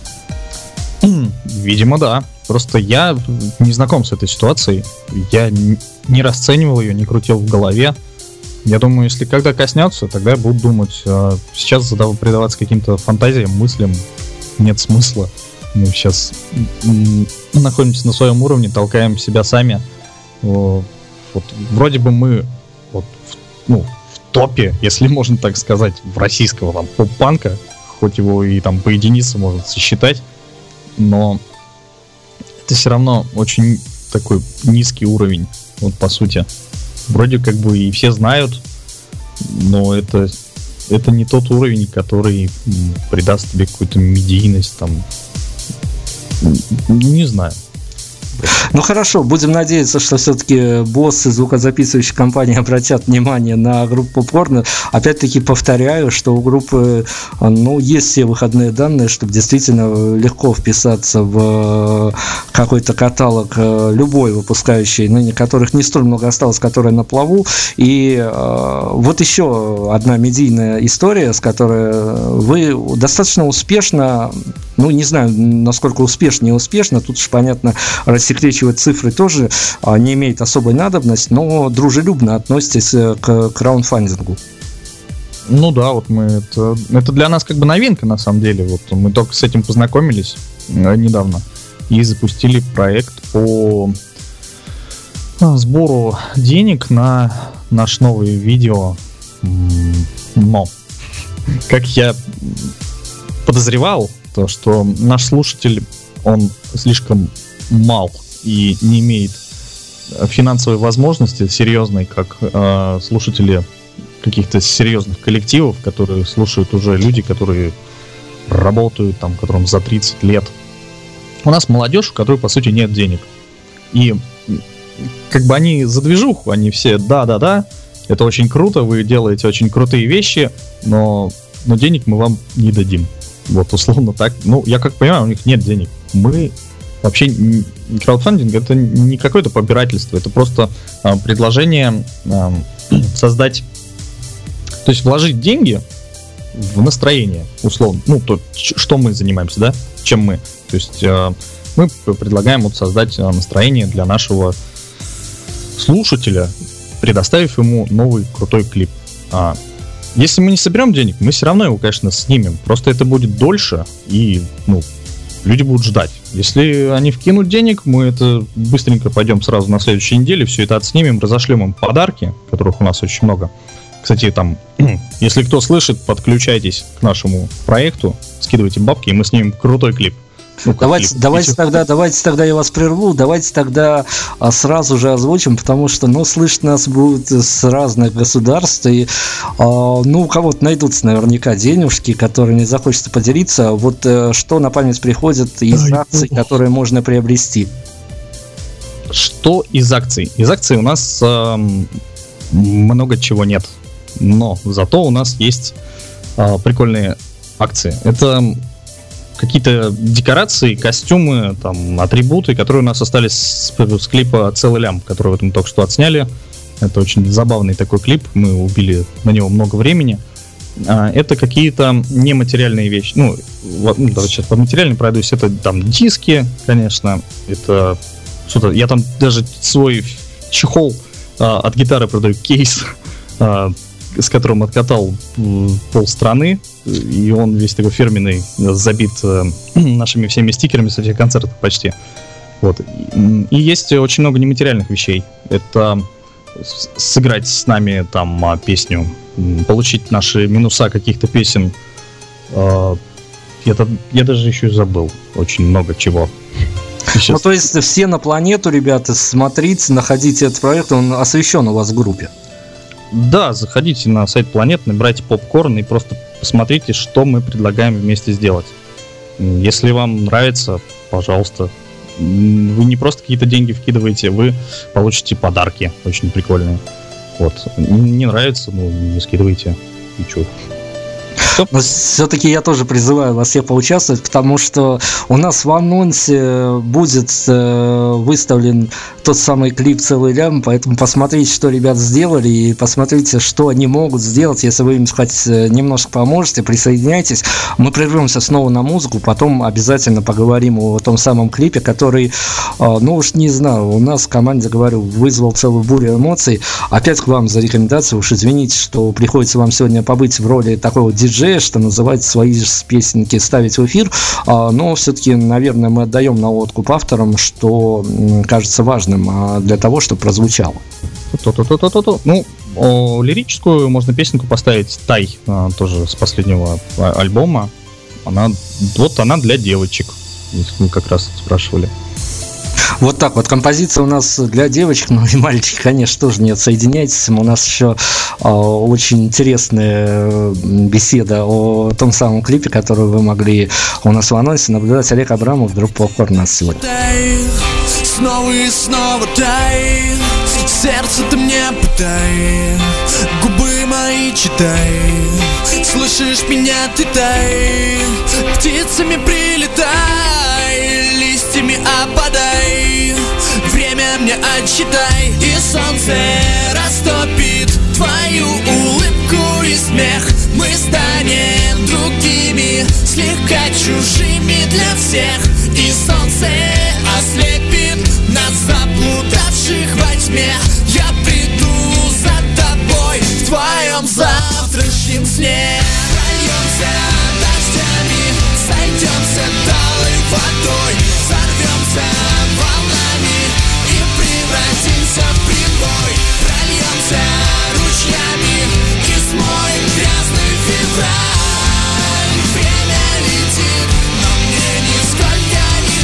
Видимо, да. Просто я не знаком с этой ситуацией. Я не расценивал ее, не крутил в голове. Я думаю, если когда коснется, тогда я буду думать. Сейчас предаваться каким-то фантазиям, мыслям нет смысла. Мы сейчас находимся на своем уровне, толкаем себя сами. Вот, вроде бы мы в топе, если можно так сказать, в российского там поп-панка, хоть его и там по единице можно сосчитать, но это все равно очень такой низкий уровень, вот по сути. Вроде как бы и все знают, но это не тот уровень, который придаст тебе какую-то медийность, там, не знаю. Ну хорошо, будем надеяться, что все-таки боссы звукозаписывающей компании обратят внимание на группу Порно. Опять-таки повторяю, что у группы есть все выходные данные, чтобы действительно легко вписаться в какой-то каталог любой выпускающей, ныне которых не столь много осталось, которая на плаву. И вот еще одна медийная история, с которой вы достаточно успешно, не знаю, насколько успешно, не успешно, тут уж понятно, рассекречивать цифры тоже не имеет особой надобности, но дружелюбно относитесь к краундфандингу. Ну да, вот мы это для нас как бы новинка на самом деле. Вот мы только с этим познакомились недавно и запустили проект по сбору денег на наш новый видео. Но как я подозревал, то что наш слушатель, он слишком мал и не имеет финансовой возможности серьезной, как слушатели каких-то серьезных коллективов, которые слушают уже люди, которые работают, там, которым за 30 лет. У нас молодежь, у которой, по сути, нет денег. И как бы они за движуху, они все да-да-да, это очень круто, вы делаете очень крутые вещи, но денег мы вам не дадим. Вот, условно так. Я как понимаю, у них нет денег. Мы вообще... Краудфандинг — это не какое-то побирательство, это просто предложение создать... То есть вложить деньги в настроение, условно. То, что мы занимаемся, да? Чем мы. То есть мы предлагаем создать настроение для нашего слушателя, предоставив ему новый крутой клип. Если мы не соберем денег, мы все равно его, конечно, снимем. Просто это будет дольше, и люди будут ждать. Если они вкинут денег, мы это быстренько пойдем сразу на следующей неделе, все это отснимем, разошлем им подарки, которых у нас очень много. Кстати, там, если кто слышит, подключайтесь к нашему проекту, скидывайте бабки, и мы снимем крутой клип. Давайте тогда я вас прерву, давайте тогда сразу же озвучим, потому что, слышать нас будут с разных государств, и, у кого-то найдутся наверняка денежки, которые не захочется поделиться. Вот что на память приходит из акций, которые можно приобрести? Что из акций? Из акций у нас много чего нет, но зато у нас есть прикольные акции. Это какие-то декорации, костюмы, там, атрибуты, которые у нас остались с клипа «Целый лямп», который вот мы только что отсняли. Это очень забавный такой клип, мы убили на него много времени. Это какие-то нематериальные вещи. Давайте сейчас по материальной пройдусь. Это там диски, конечно. Это что-то. Я там даже свой чехол от гитары продаю, кейс. с которым откатал полстраны, и он весь такой фирменный, забит нашими всеми стикерами со всех концертов почти. Вот. И есть очень много нематериальных вещей. Это сыграть с нами там песню, получить наши минуса каких-то песен. Я даже еще забыл очень много чего. Сейчас. Ну, то есть все на планету, ребята, смотрите, находите этот проект, он освещен у вас в группе. Да, заходите на сайт Планет, набирайте попкорн и просто посмотрите, что мы предлагаем вместе сделать. Если вам нравится, пожалуйста. Вы не просто какие-то деньги вкидываете, вы получите подарки очень прикольные. Вот. Не нравится, ну, не скидывайте. И чё? Но все-таки я тоже призываю вас всех поучаствовать, потому что у нас в анонсе будет выставлен тот самый клип «Целый лям», поэтому посмотрите, что ребята сделали, и посмотрите, что они могут сделать. Если вы им хоть немножко поможете, присоединяйтесь. Мы прервемся снова на музыку, потом обязательно поговорим о том самом клипе, который, ну уж не знаю, у нас в команде, говорю, вызвал целую бурю эмоций. Опять к вам за рекомендацию, уж извините, что приходится вам сегодня побыть в роли такого диджея, что называется, свои песенки ставить в эфир, но все-таки, наверное, мы отдаем на откуп авторам, что кажется важным для того, чтобы прозвучало. Ну, лирическую можно песенку поставить «Тай», тоже с последнего альбома. Она для девочек, если вы как раз спрашивали. Вот так вот, композиция у нас для девочек, ну и мальчики, конечно, тоже не отсоединяйтесь. У нас еще очень интересная беседа о том самом клипе, который вы могли у нас в анонсе наблюдать. Олег Абрамов, группа «Попкорн» у нас сегодня. Снова и снова тай, сердце ты мне пытай, губы мои читай, слышишь меня ты тай, птицами прилетай, листьями опадай, время мне отсчитай, и солнце растопит твою улыбку и смех. Мы станем другими, слегка чужими для всех, и солнце ослепит нас, заблудавших во тьме. Я приду за тобой в твоем завтрашнем сне. Прольемся дождями, сойдемся талой водой, взорвемся волнами и превратимся в прибой. Прольемся ручьями и смоем грязный февраль. Время летит, но мне нисколько не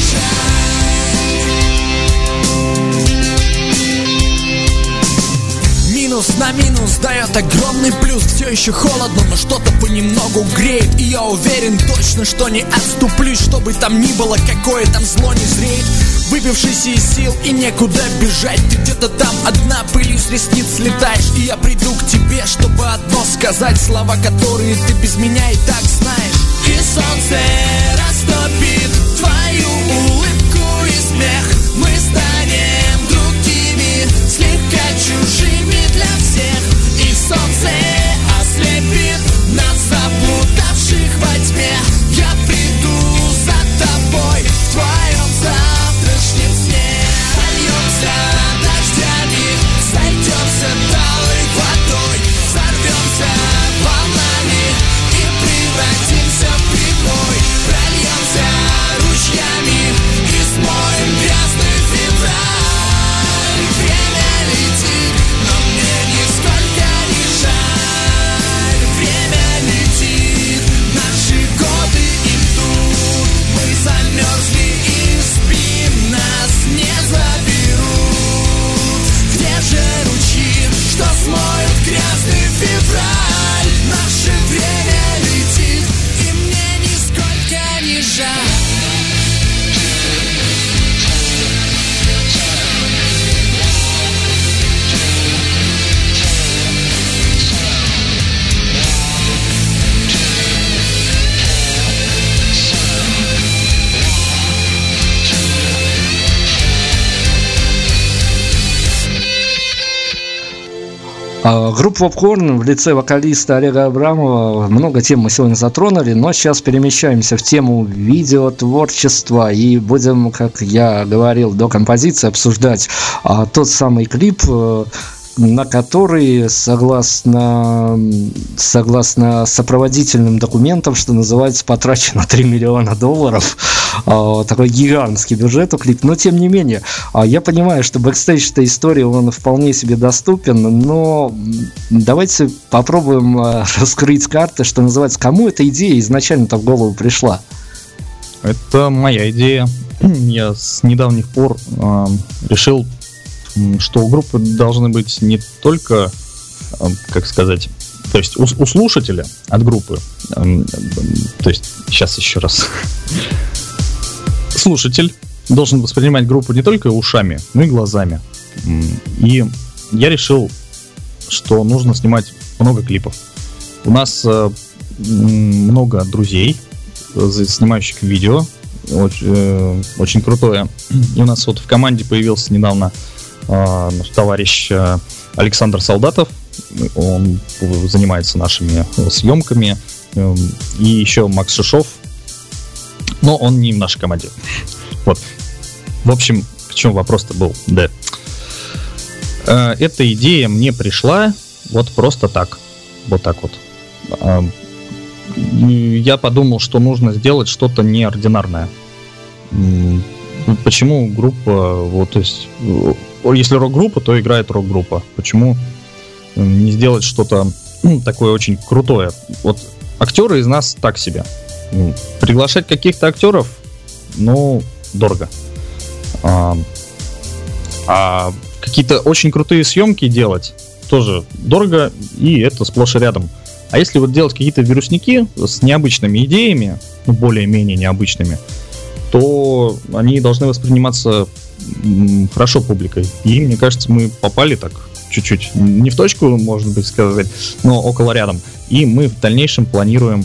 жаль. Минус на минус дает огромный плюс. Все еще холодно, но что-то понемногу греет. И я уверен точно, что не отступлюсь. Что бы там ни было, какое там зло не зреет. Выбившийся из сил и некуда бежать. Ты где-то там одна, пылью с ресниц летаешь. И я приду к тебе, чтобы одно сказать. Слова, которые ты без меня и так знаешь. И солнце растопит твою улыбку и смех. Мы станем другими, слегка чужими для всех. И солнце ослепит нас, заблудавших во тьме. Я приду за тобой в твоем завтрашнем сне. Польемся дождями, сойдемся талой водой, взорвемся волнами и превратимся в прибой. Прольемся ручьями и смоем грязный февраль. Время летит, но мне нисколько не жаль. Время летит, наши годы идут. Мы замерзли и спим, нас не заберут. Где же ручьи, что смоют грязный февраль? Наше время летит, и мне нисколько не жаль. Группа «Попкорн» в лице вокалиста Олега Абрамова. Много тем мы сегодня затронули, но сейчас перемещаемся в тему видеотворчества и будем, как я говорил до композиции, обсуждать тот самый клип, на который, согласно сопроводительным документам, что называется, потрачено $3 миллиона. Такой гигантский бюджет у клипа. Но, тем не менее, я понимаю, что бэкстейдж этой истории, он вполне себе доступен, но давайте попробуем раскрыть карты, что называется. Кому эта идея изначально-то в голову пришла? Это моя идея. Я с недавних пор решил, что у группы должны быть не только, как сказать, то есть у слушателя от группы, то есть сейчас еще раз, слушатель должен воспринимать группу не только ушами, но и глазами. И я решил, что нужно снимать много клипов. У нас много друзей, снимающих видео, очень крутое. И у нас вот в команде появился недавно наш товарищ Александр Солдатов. Он занимается нашими съемками. И еще Макс Шишов. Но он не в нашей команде. Вот. В общем, к чему вопрос-то был? Да. Эта идея мне пришла вот просто так. Вот так вот. Я подумал, что нужно сделать что-то неординарное. Почему группа, вот, то есть, если рок-группа, то играет рок-группа. Почему не сделать что-то такое очень крутое? Вот актеры из нас так себе. Приглашать каких-то актеров, дорого. А какие-то очень крутые съемки делать тоже дорого, и это сплошь и рядом. А если вот делать какие-то вирусники с необычными идеями, более-менее необычными, то они должны восприниматься хорошо публикой. И, мне кажется, мы попали так чуть-чуть, не в точку, можно быть сказать, но около рядом. И мы в дальнейшем планируем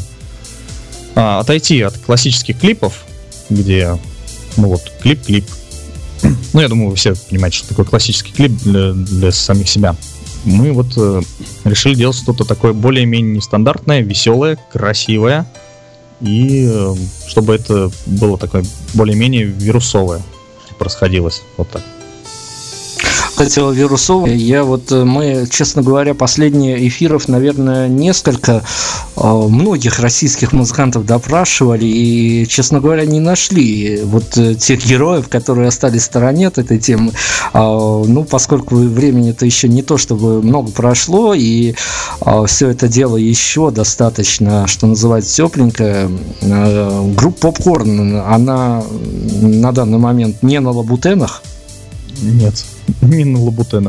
отойти от классических клипов, где, клип. Я думаю, вы все понимаете, что такое классический клип для самих себя. Мы решили делать что-то такое более-менее нестандартное, веселое, красивое, и чтобы это было такое более-менее вирусовое, расходилось вот так. Кстати, вирусовое. Мы, честно говоря, последние эфиров, наверное, несколько многих российских музыкантов допрашивали и, честно говоря, не нашли тех героев, которые остались в стороне от этой темы. Поскольку времени-то еще не то, чтобы много прошло, и все это дело еще достаточно, что называется, тепленькое. Группа Попкорн, она на данный момент не на лабутенах? Нет, не на лабутенах.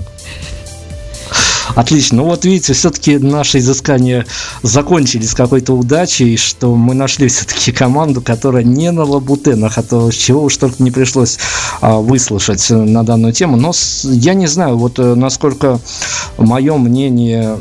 Отлично. Видите, все-таки наши изыскания закончились какой-то удачей, что мы нашли все-таки команду, которая не на лабутенах, а то чего уж только не пришлось выслушать на данную тему. Но я не знаю, насколько мое мнение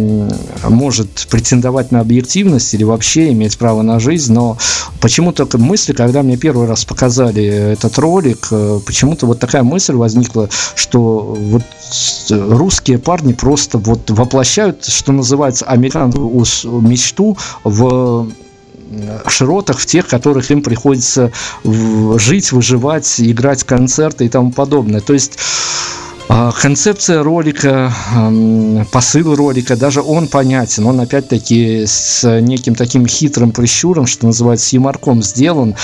может претендовать на объективность или вообще иметь право на жизнь, но почему-то мысль, когда мне первый раз показали этот ролик, почему-то такая мысль возникла, что русские парни просто воплощают, что называется, американскую мечту в широтах, в тех, в которых им приходится жить, выживать, играть концерты и тому подобное. То есть концепция ролика, посыл ролика, даже он понятен, он опять-таки с неким таким хитрым прищуром, что называется, с юморком сделан,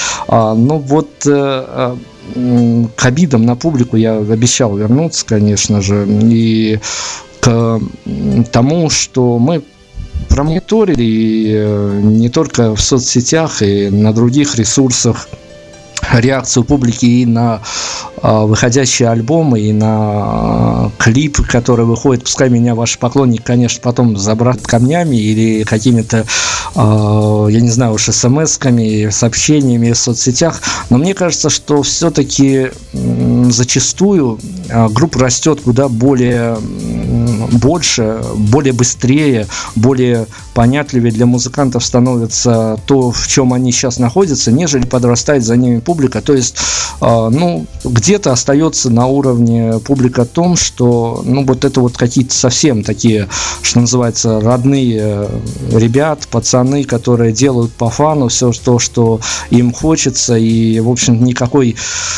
к обидам на публику я обещал вернуться, конечно же, и к тому, что мы промониторили не только в соцсетях и на других ресурсах реакцию публики и на выходящие альбомы, и на клип, который выходит. Пускай меня ваши поклонники, конечно, потом забрат камнями или какими-то, я не знаю уж, смс-ками, сообщениями в соцсетях, но мне кажется, что все-таки зачастую группа растет куда более больше, более быстрее, более понятливее для музыкантов становится то, в чем они сейчас находятся, нежели подрастает за ними публика. То есть, где-то остается на уровне публика о том, что, вот это вот какие-то совсем такие, что называется, родные ребят, пацаны, которые делают по фану все то, что им хочется, и, в общем, никакой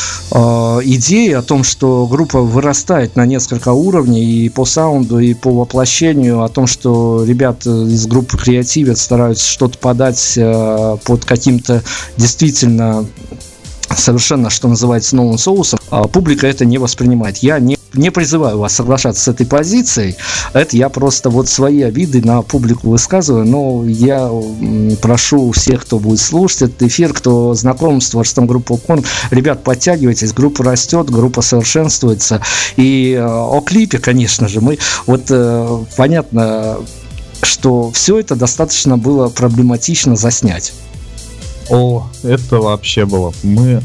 идеи о том, что группа вырастает на несколько уровней и по саунду, и по воплощению, о том, что ребята из группы креативят, стараются что-то подать под каким-то действительно совершенно, что называется, новым соусом, публика это не воспринимает. Я не призываю вас соглашаться с этой позицией, это я просто вот свои обиды на публику высказываю, но я прошу всех, кто будет слушать этот эфир, кто знаком с творчеством группы Popcorn, ребят, подтягивайтесь, группа растет, группа совершенствуется, и о клипе, конечно же, понятно, что все это достаточно было проблематично заснять. Это вообще было. Мы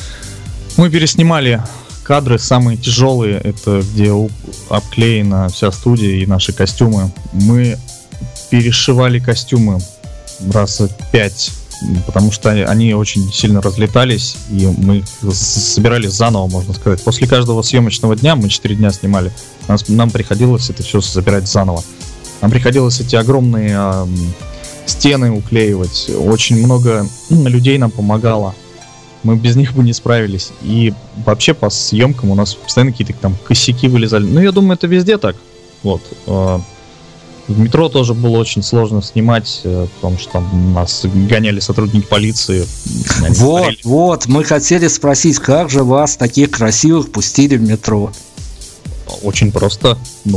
переснимали кадры самые тяжелые, это где обклеена вся студия и наши костюмы. Мы перешивали костюмы раз 5, потому что они очень сильно разлетались, и мы их собирали заново, можно сказать. После каждого съемочного дня, мы 4 дня снимали, нам приходилось это все собирать заново. Нам приходилось эти огромные стены уклеивать. Очень много людей нам помогало. Мы без них бы не справились. И вообще по съемкам у нас постоянно какие-то там косяки вылезали. Я думаю, это везде так. Вот. В метро тоже было очень сложно снимать, потому что там нас гоняли сотрудники полиции. Вот, мы хотели спросить, как же вас, таких красивых, пустили в метро? Очень просто.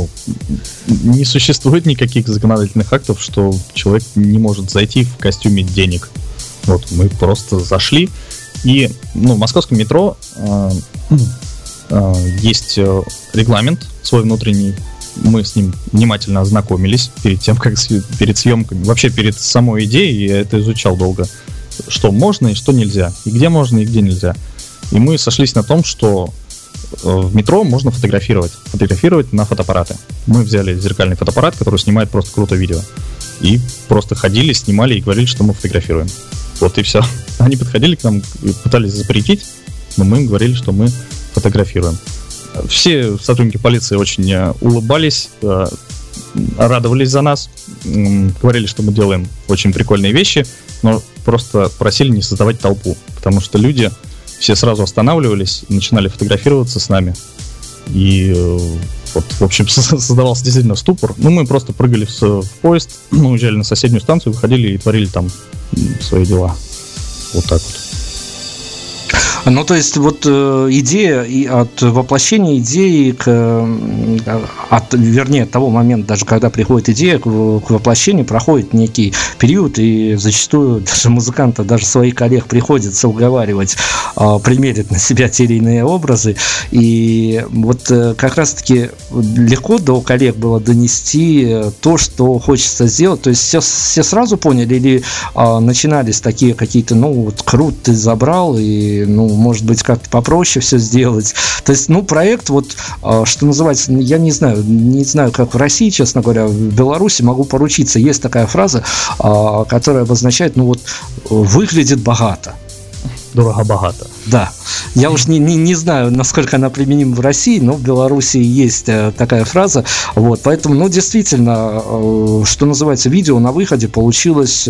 Не существует никаких законодательных актов, что человек не может зайти в костюме денег. Вот, мы просто зашли. И в московском метро есть регламент свой внутренний. Мы с ним внимательно ознакомились перед съемками. Вообще перед самой идеей я это изучал долго. Что можно и что нельзя. И где можно, и где нельзя. И мы сошлись на том, что в метро можно фотографировать на фотоаппараты. Мы взяли зеркальный фотоаппарат, который снимает просто круто видео. И просто ходили, снимали и говорили, что мы фотографируем. Вот и все. Они подходили к нам и пытались запретить, но мы им говорили, что мы фотографируем. Все сотрудники полиции очень улыбались, радовались за нас, говорили, что мы делаем очень прикольные вещи, но просто просили не создавать толпу, потому что люди все сразу останавливались и начинали фотографироваться с нами. И в общем, создавался действительно ступор. Мы просто прыгали в поезд, мы уезжали на соседнюю станцию, выходили и творили там свои дела. Вот так вот. То есть идея от воплощения идеи от того момента, даже когда приходит идея к воплощению, проходит некий период, и зачастую даже музыкантов, даже своих коллег приходится уговаривать примерить на себя те или иные образы. И как раз-таки легко до коллег было донести то, что хочется сделать. То есть все сразу поняли, или начинались такие какие-то, круто ты забрал, и, может быть, как-то попроще все сделать. То есть, проект, что называется, я не знаю, как в России, честно говоря, в Беларуси могу поручиться. Есть такая фраза, которая обозначает, выглядит богато. Дорого-богато. Да. Я уж не знаю, насколько она применима в России, но в Беларуси есть такая фраза. Поэтому, действительно, что называется, видео на выходе получилось,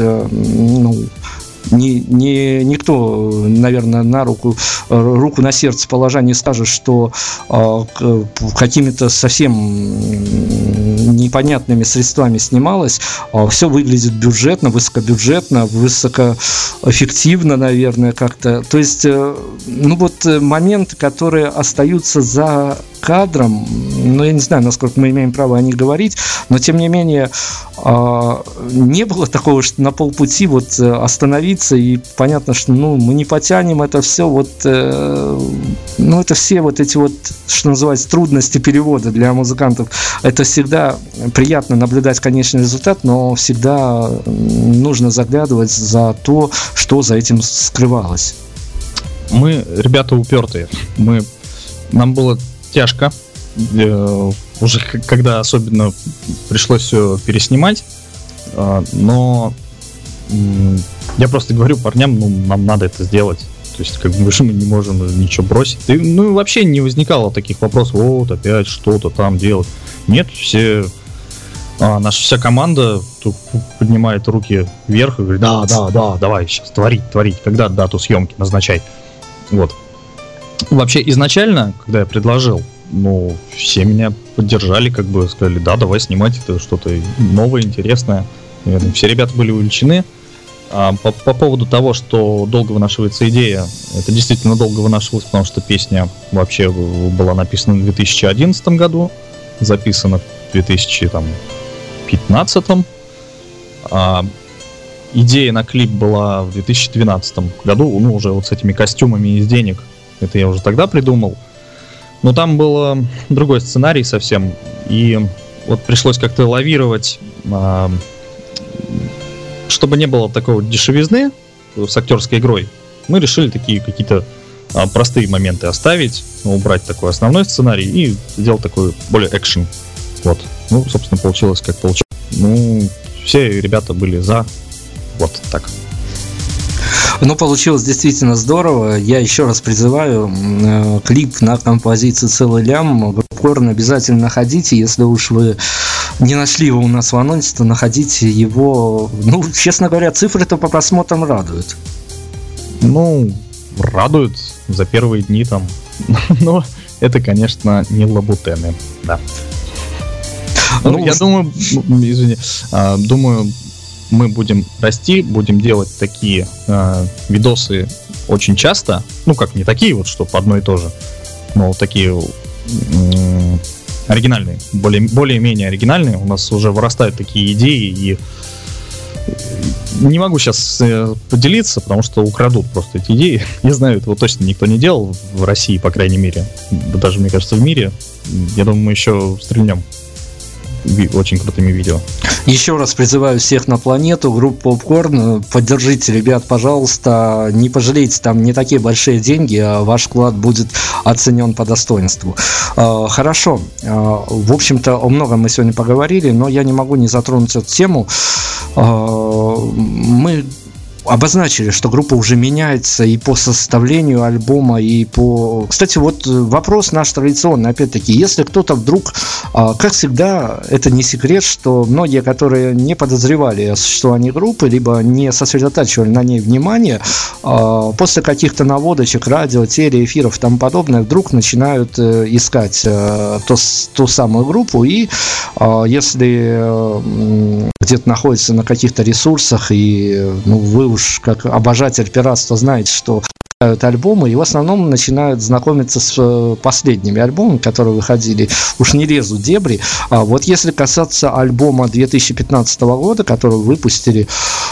никто, наверное, руку на сердце положа не скажет, что какими-то совсем непонятными средствами снималось. Все выглядит бюджетно, высокобюджетно, высокоэффективно, наверное, как-то. То есть, моменты, которые остаются за кадром, я не знаю, насколько мы имеем право о них говорить, но тем не менее не было такого, что на полпути остановиться, и понятно, что мы не потянем это все, это все эти что называется, трудности перевода для музыкантов. Это всегда приятно наблюдать конечный результат, но всегда нужно заглядывать за то, что за этим скрывалось. Мы ребята упертые. Нам было тяжко уже когда особенно пришлось все переснимать, но я просто говорю парням, нам надо это сделать. То есть, как бы мы не можем ничего бросить. И, вообще не возникало таких вопросов, вот опять что-то там делать. Нет, наша вся команда поднимает руки вверх и говорит, да, давай сейчас творить, когда дату съемки назначать. Вот. Вообще, изначально, когда я предложил, все меня поддержали, как бы сказали, да, давай снимать это что-то новое, интересное. Наверное, все ребята были увлечены. По поводу того, что долго вынашивается идея, это действительно долго вынашивалось, потому что песня вообще была написана в 2011 году, записана в 2015. Идея на клип была в 2012 году, уже вот с этими костюмами из денег. Это я уже тогда придумал. Но там был другой сценарий совсем. И вот пришлось как-то лавировать, чтобы не было такого дешевизны с актерской игрой. Мы решили такие какие-то простые моменты оставить, убрать такой основной сценарий и сделать такой более экшен. Вот. Собственно, получилось как получилось. Все ребята были за. Вот так. Получилось действительно здорово. Я еще раз призываю, клип на композицию «Целый лям» группу Корн обязательно находите. Если уж вы не нашли его у нас в анонсе, то находите его. Честно говоря, цифры-то по просмотрам радуют. Радуют за первые дни там. Но это, конечно, не лабутены. Да. Я думаю, думаю, мы будем расти, будем делать такие видосы очень часто. Как не такие вот, что одно и то же, но такие оригинальные, более-менее оригинальные. У нас уже вырастают такие идеи, и не могу сейчас поделиться, потому что украдут просто эти идеи. Я знаю, этого точно никто не делал в России, по крайней мере. Даже, мне кажется, в мире. Я думаю, мы еще стрельнем очень крутыми видео. Еще раз призываю всех на планету, группу Popcorn, поддержите ребят, пожалуйста, не пожалейте, там не такие большие деньги, а ваш вклад будет оценен по достоинству. Хорошо, в общем-то, о многом мы сегодня поговорили, но я не могу не затронуть эту тему. Мы обозначили, что группа уже меняется и по составлению альбома, и по... Кстати, вот вопрос наш традиционный, опять-таки, если кто-то вдруг, как всегда, это не секрет, что многие, которые не подозревали о существовании группы, либо не сосредотачивали на ней внимание, после каких-то наводочек, радио, телеэфиров и тому подобное, вдруг начинают искать ту самую группу, и если где-то находится на каких-то ресурсах, и вы уж как обожатель пиратства знаете, что альбомы, и в основном начинают знакомиться с последними альбомами, которые выходили, уж не лезут дебри. Вот если касаться альбома 2015 года, который выпустили,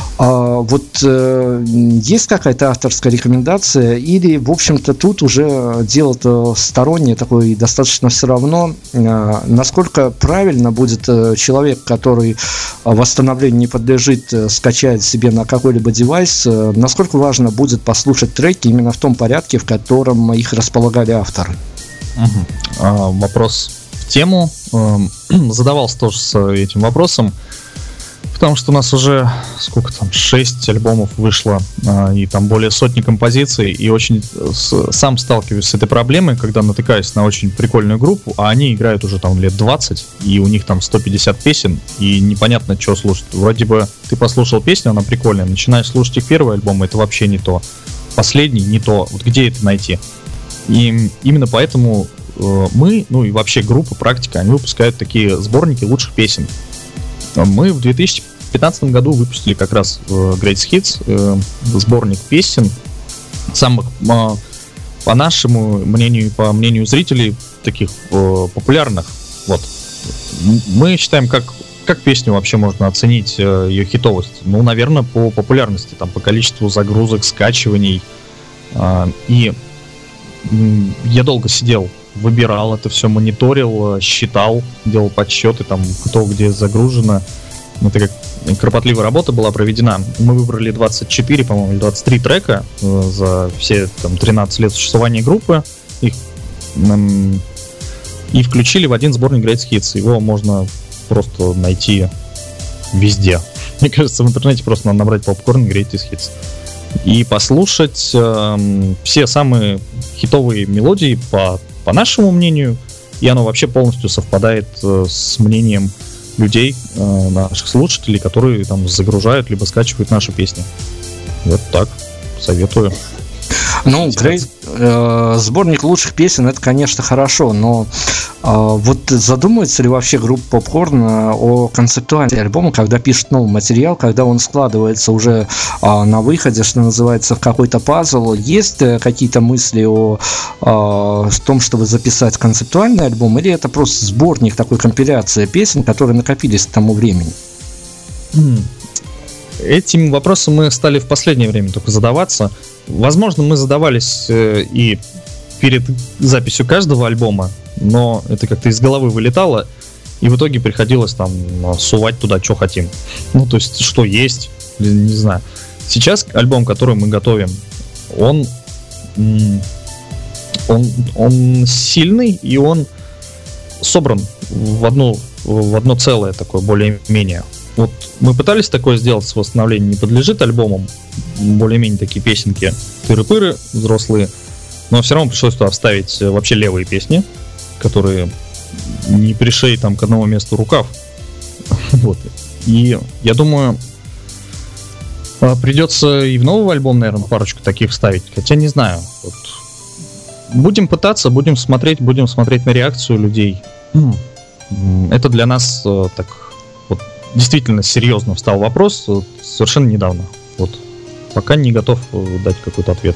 есть какая-то авторская рекомендация, или, в общем-то, тут уже дело-то стороннее, такое и достаточно все равно, насколько правильно будет человек, который восстановлению не подлежит, скачать себе на какой-либо девайс, насколько важно будет послушать треки именно в том порядке, в котором их располагали авторы. Вопрос в тему. Задавался тоже с этим вопросом, потому что у нас уже 6 альбомов вышло, и там более сотни композиций, и очень сам сталкиваюсь с этой проблемой, когда натыкаюсь на очень прикольную группу, а они играют уже там лет 20, и у них там 150 песен, и непонятно, что слушать. Вроде бы ты послушал песню, она прикольная, начинаешь слушать их первый альбом, это вообще не то. Последний не то. Вот где это найти? И именно поэтому мы, и вообще группа «Практика», они выпускают такие сборники лучших песен. Мы в 2015 году выпустили как раз Greatest Hits, сборник песен, самых, по нашему мнению и по мнению зрителей, таких популярных. Вот. Мы считаем, как песню вообще можно оценить ее хитовость? Наверное, по популярности, по количеству загрузок, скачиваний. И я долго сидел, выбирал это все, мониторил, считал, делал подсчеты, кто где загружено. Это как кропотливая работа была проведена. Мы выбрали 24, по-моему, или 23 трека за все 13 лет существования группы. Их и включили в один сборник Greatest Hits. Его можно просто найти везде. Мне кажется, в интернете просто надо набрать Popcorn Greatest Hits и послушать все самые хитовые мелодии по нашему мнению, и оно вообще полностью совпадает с мнением людей, наших слушателей, которые там загружают либо скачивают наши песни. Вот так, советую. Ну, сборник лучших песен, это, конечно, хорошо, но вот задумывается ли вообще группа Popcorn о концептуальности альбома, когда пишет новый материал, когда он складывается уже на выходе, что называется, в какой-то пазл? Есть какие-то мысли о том, чтобы записать концептуальный альбом, или это просто сборник, такой компиляция песен, которые накопились к тому времени? Этим вопросом мы стали в последнее время только задаваться. Возможно, мы задавались и перед записью каждого альбома, но это как-то из головы вылетало, и в итоге приходилось там сувать туда, что хотим. Ну, то есть, что есть, не знаю. Сейчас альбом, который мы готовим, он сильный, и он собран в одно целое такое, более-менее. Вот мы пытались такое сделать с «Восстановлением не подлежит» альбомом, более-менее такие песенки тыры-пыры взрослые, но все равно пришлось туда вставить вообще левые песни, которые не пришей там к одному месту рукав. Вот. И я думаю, придется и в новый альбом, наверное, парочку таких вставить, хотя не знаю. Вот. Будем пытаться, будем смотреть на реакцию людей. Это для нас так вот действительно серьезно встал вопрос совершенно недавно. Вот. Пока не готов дать какой-то ответ.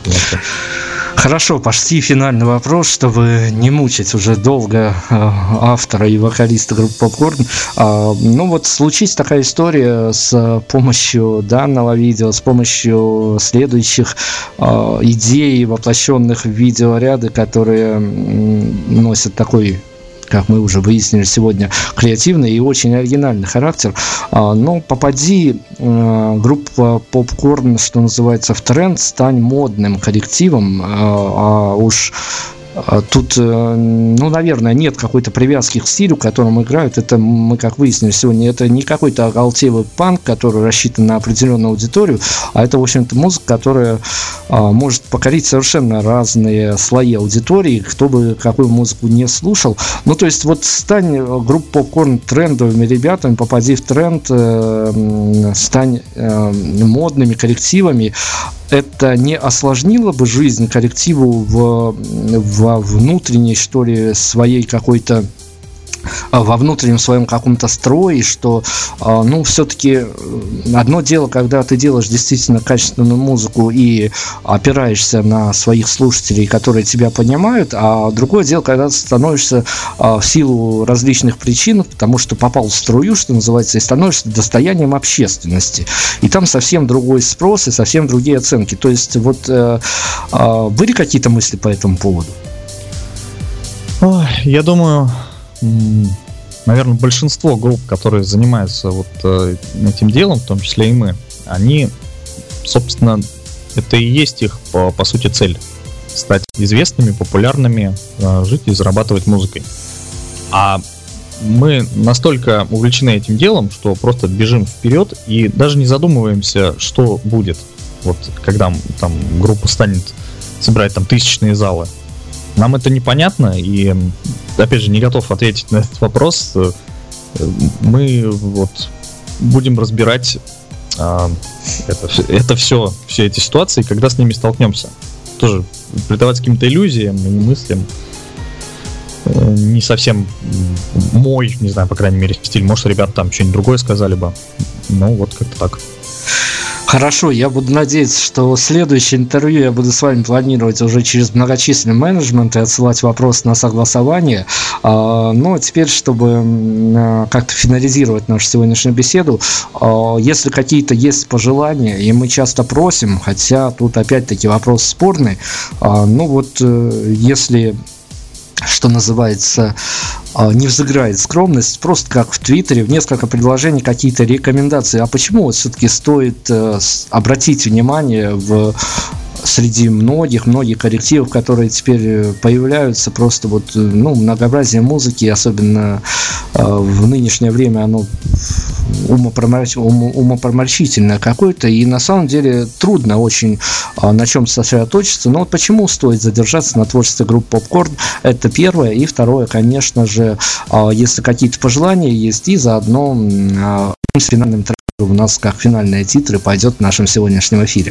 Хорошо, почти финальный вопрос, чтобы не мучить уже долго автора и вокалиста группы Popcorn. Ну вот случись такая история с помощью данного видео, с помощью следующих идей, воплощенных в видеоряды, которые носят такой, как мы уже выяснили сегодня, креативный и очень оригинальный характер. Но попади группа Popcorn, что называется, в тренд, стань модным коллективом, уж тут, ну, наверное, нет какой-то привязки к стилю, которым играют. Это мы, как выяснили сегодня, это не какой-то оголтелый панк, который рассчитан на определенную аудиторию, а это, в общем-то, музыка, которая может покорить совершенно разные слои аудитории, кто бы какую музыку не слушал. Ну, то есть, вот стань группа Popcorn трендовыми ребятами, попади в тренд, стань модными коллективами. Это не осложнило бы жизнь коллективу во внутренней, что ли, своей какой-то, во внутреннем своем каком-то строе, что, ну, все-таки одно дело, когда ты делаешь действительно качественную музыку и опираешься на своих слушателей, которые тебя понимают, а другое дело, когда ты становишься в силу различных причин, потому что попал в струю, что называется, и становишься достоянием общественности. И там совсем другой спрос и совсем другие оценки. То есть, вот были какие-то мысли по этому поводу? Я думаю, наверное, большинство групп, которые занимаются вот этим делом, в том числе и мы, они, собственно, это и есть их, по сути, цель. Стать известными, популярными, жить и зарабатывать музыкой. А мы настолько увлечены этим делом, что просто бежим вперед и даже не задумываемся, что будет, вот когда там группа станет собирать там тысячные залы. Нам это непонятно, и, опять же, не готов ответить на этот вопрос. Мы вот будем разбирать это все эти ситуации, когда с ними столкнемся. Тоже придавать каким-то иллюзиям и мыслям не совсем мой, не знаю, по крайней мере, стиль. Может, ребята там что-нибудь другое сказали бы. Ну, вот как-то так. Хорошо, я буду надеяться, что следующее интервью я буду с вами планировать уже через многочисленный менеджмент и отсылать вопрос на согласование. Но теперь, чтобы как-то финализировать нашу сегодняшнюю беседу, если какие-то есть пожелания, и мы часто просим, хотя тут опять-таки вопрос спорный, ну вот если, что называется, не взыграет скромность, просто как в Твиттере, в несколько предложений, какие-то рекомендации. А почему вот все-таки стоит обратить внимание в среди многих коллективов, которые теперь появляются, просто вот, многообразие музыки, особенно в нынешнее время, оно умопомрачительное какое-то, и на самом деле трудно очень на чем-то сосредоточиться. Но вот почему стоит задержаться на творчестве группы Popcorn? Это первое. И второе, конечно же, если какие-то пожелания есть, и заодно с финальным треком у нас как финальные титры пойдет в нашем сегодняшнем эфире.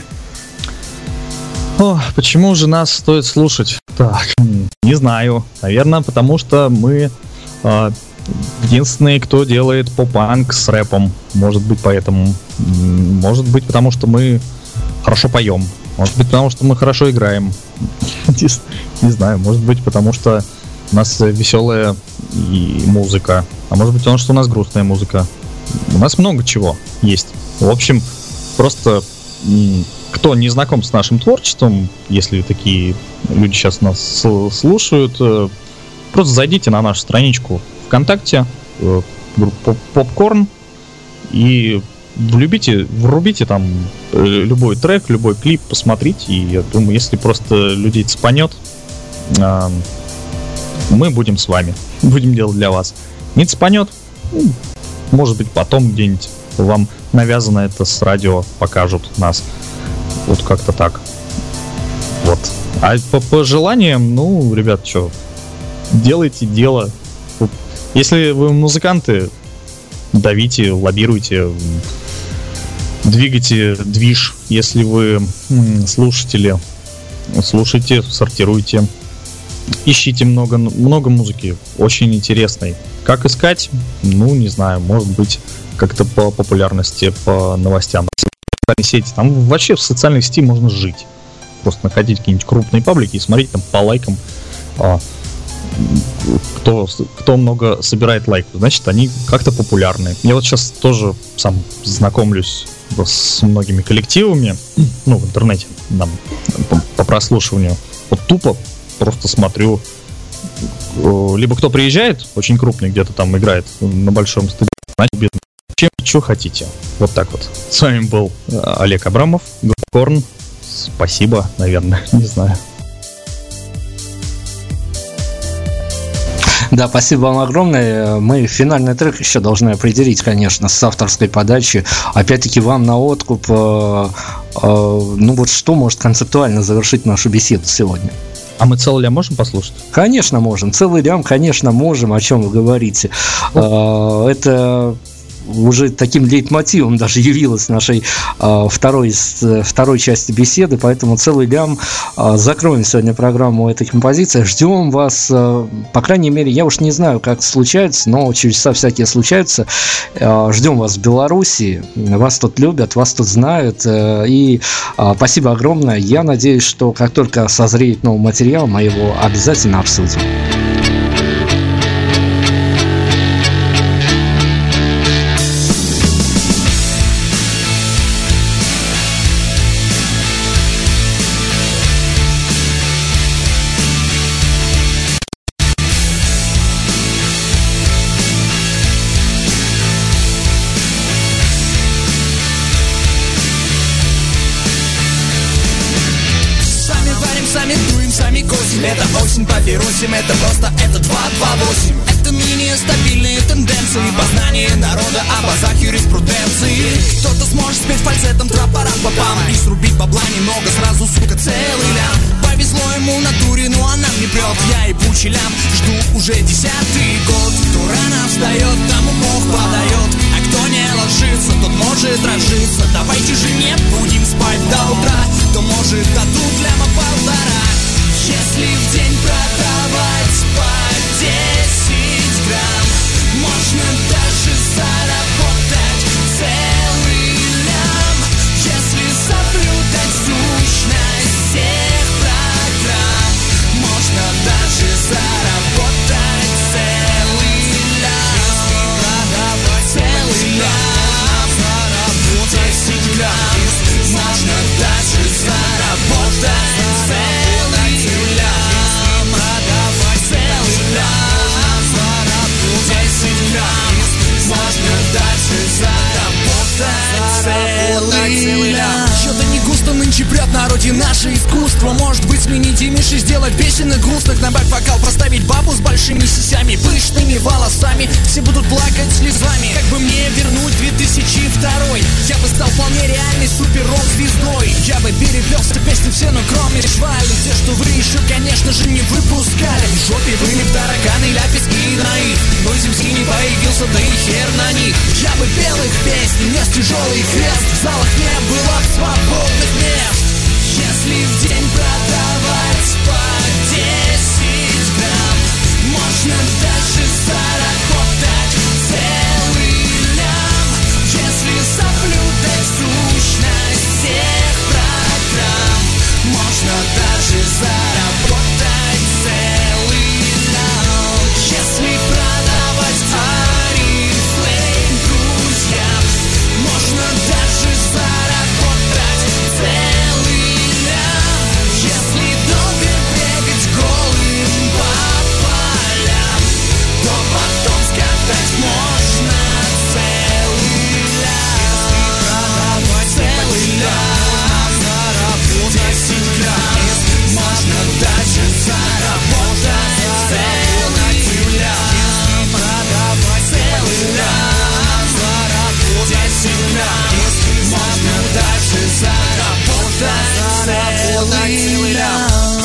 Почему же нас стоит слушать? Так, не знаю. Наверное, потому что мы единственные, кто делает поп-панк с рэпом. Может быть, поэтому. Может быть, потому что мы хорошо поем. Может быть, потому что мы хорошо играем. Не знаю. Может быть, потому что у нас веселая и музыка. А может быть, потому что у нас грустная музыка. У нас много чего есть. В общем, просто кто не знаком с нашим творчеством, если такие люди сейчас нас слушают, просто зайдите на нашу страничку ВКонтакте, группу Popcorn, и врубите там любой трек, любой клип, посмотрите, и я думаю, если просто людей цепанет, мы будем с вами, будем делать для вас. Не цепанет, может быть, потом где-нибудь вам навязано это с радио покажут нас. Вот как-то так. Вот. А по желаниям, ребят, что, делайте дело. Если вы музыканты, давите, лоббируйте, двигайте движ. Если вы слушатели, слушайте, сортируйте. Ищите много музыки, очень интересной. Как искать? Не знаю, может быть, как-то по популярности, по новостям. В социальной сети, там вообще в социальной сети можно жить. Просто находить какие-нибудь крупные паблики и смотреть там по лайкам. Кто много собирает лайков, значит, они как-то популярны. Я вот сейчас тоже сам знакомлюсь с многими коллективами, в интернете, по прослушиванию. Вот тупо просто смотрю, либо кто приезжает, очень крупный, где-то там играет на большом стадионе, значит, что хотите. Вот так вот. С вами был Олег Абрамов, группа Korn. Спасибо, наверное, не знаю. Да, спасибо вам огромное. Мы финальный трек еще должны определить, конечно, с авторской подачи. Опять-таки вам на откуп. Вот что может концептуально завершить нашу беседу сегодня? А мы целый лям можем послушать? Конечно, можем. Целый лям, конечно, можем. О чем вы говорите? Это уже таким лейтмотивом даже явилась нашей второй части беседы, поэтому целый лям. Закроем сегодня программу этой композиции. Ждем вас, по крайней мере, я уж не знаю, как случается, но чудеса всякие случаются. Ждем вас в Беларуси, вас тут любят, вас тут знают, и спасибо огромное. Я надеюсь, что как только созреет новый материал, мы его обязательно обсудим. Это осень, папиросим, это просто, это 228. Это менее стабильные тенденции, познание народа о базах юриспруденции. Кто-то сможет спеть фальцетом тра-парам-па-пам и срубить бабла немного, сразу, сука, целый лям. Повезло ему натуре, но она не прет, я ебучий лям. Жду уже 10-й год. Кто рано встает, тому Бог подает, а кто не ложится, тот может разжиться. Давайте же не будем спать до утра, кто может дадут ляма полтора. Если в день продавать по 10 грамм, можно даже заработать целый лям. Если соблюдать сущность всех программ, можно даже заработать целый лям. Целый лям, 10 грамм, можно даже заработать целый лям. Что-то не густо нынче прет, народ Люди, наше искусство может быть сменить имидж и сделать песенных грустных на бэк-вокал, проставить бабу с большими сисями, пышными волосами. Все будут плакать слезами. Как бы мне вернуть 2002? Я бы стал вполне реальной супер-рок-звездой. Я бы перевел все песни все, но кроме швали. Те, что вы еще, конечно же, не выпускали. В жопе были б тараканы, ляпис и наив. Но земский не появился, да и хер на них. Я бы пел их песни, нес тяжелый крест. В залах не было б свободных мест. Если в день продавать по 10 грамм, можно даже заработать целый лям. Если соблюдать сущность всех программ, можно даже заработать целый лям. Если продавать Oriflame друзьям, можно даже заработать целый лям. Если долго бегать голым по полям, то потом скатать можно целый лям. Целый лям. Заработать 10 грамм, можно даже заработать целый лям. Целый лям. Заработать 10 грамм, можно даже заработать целый лям.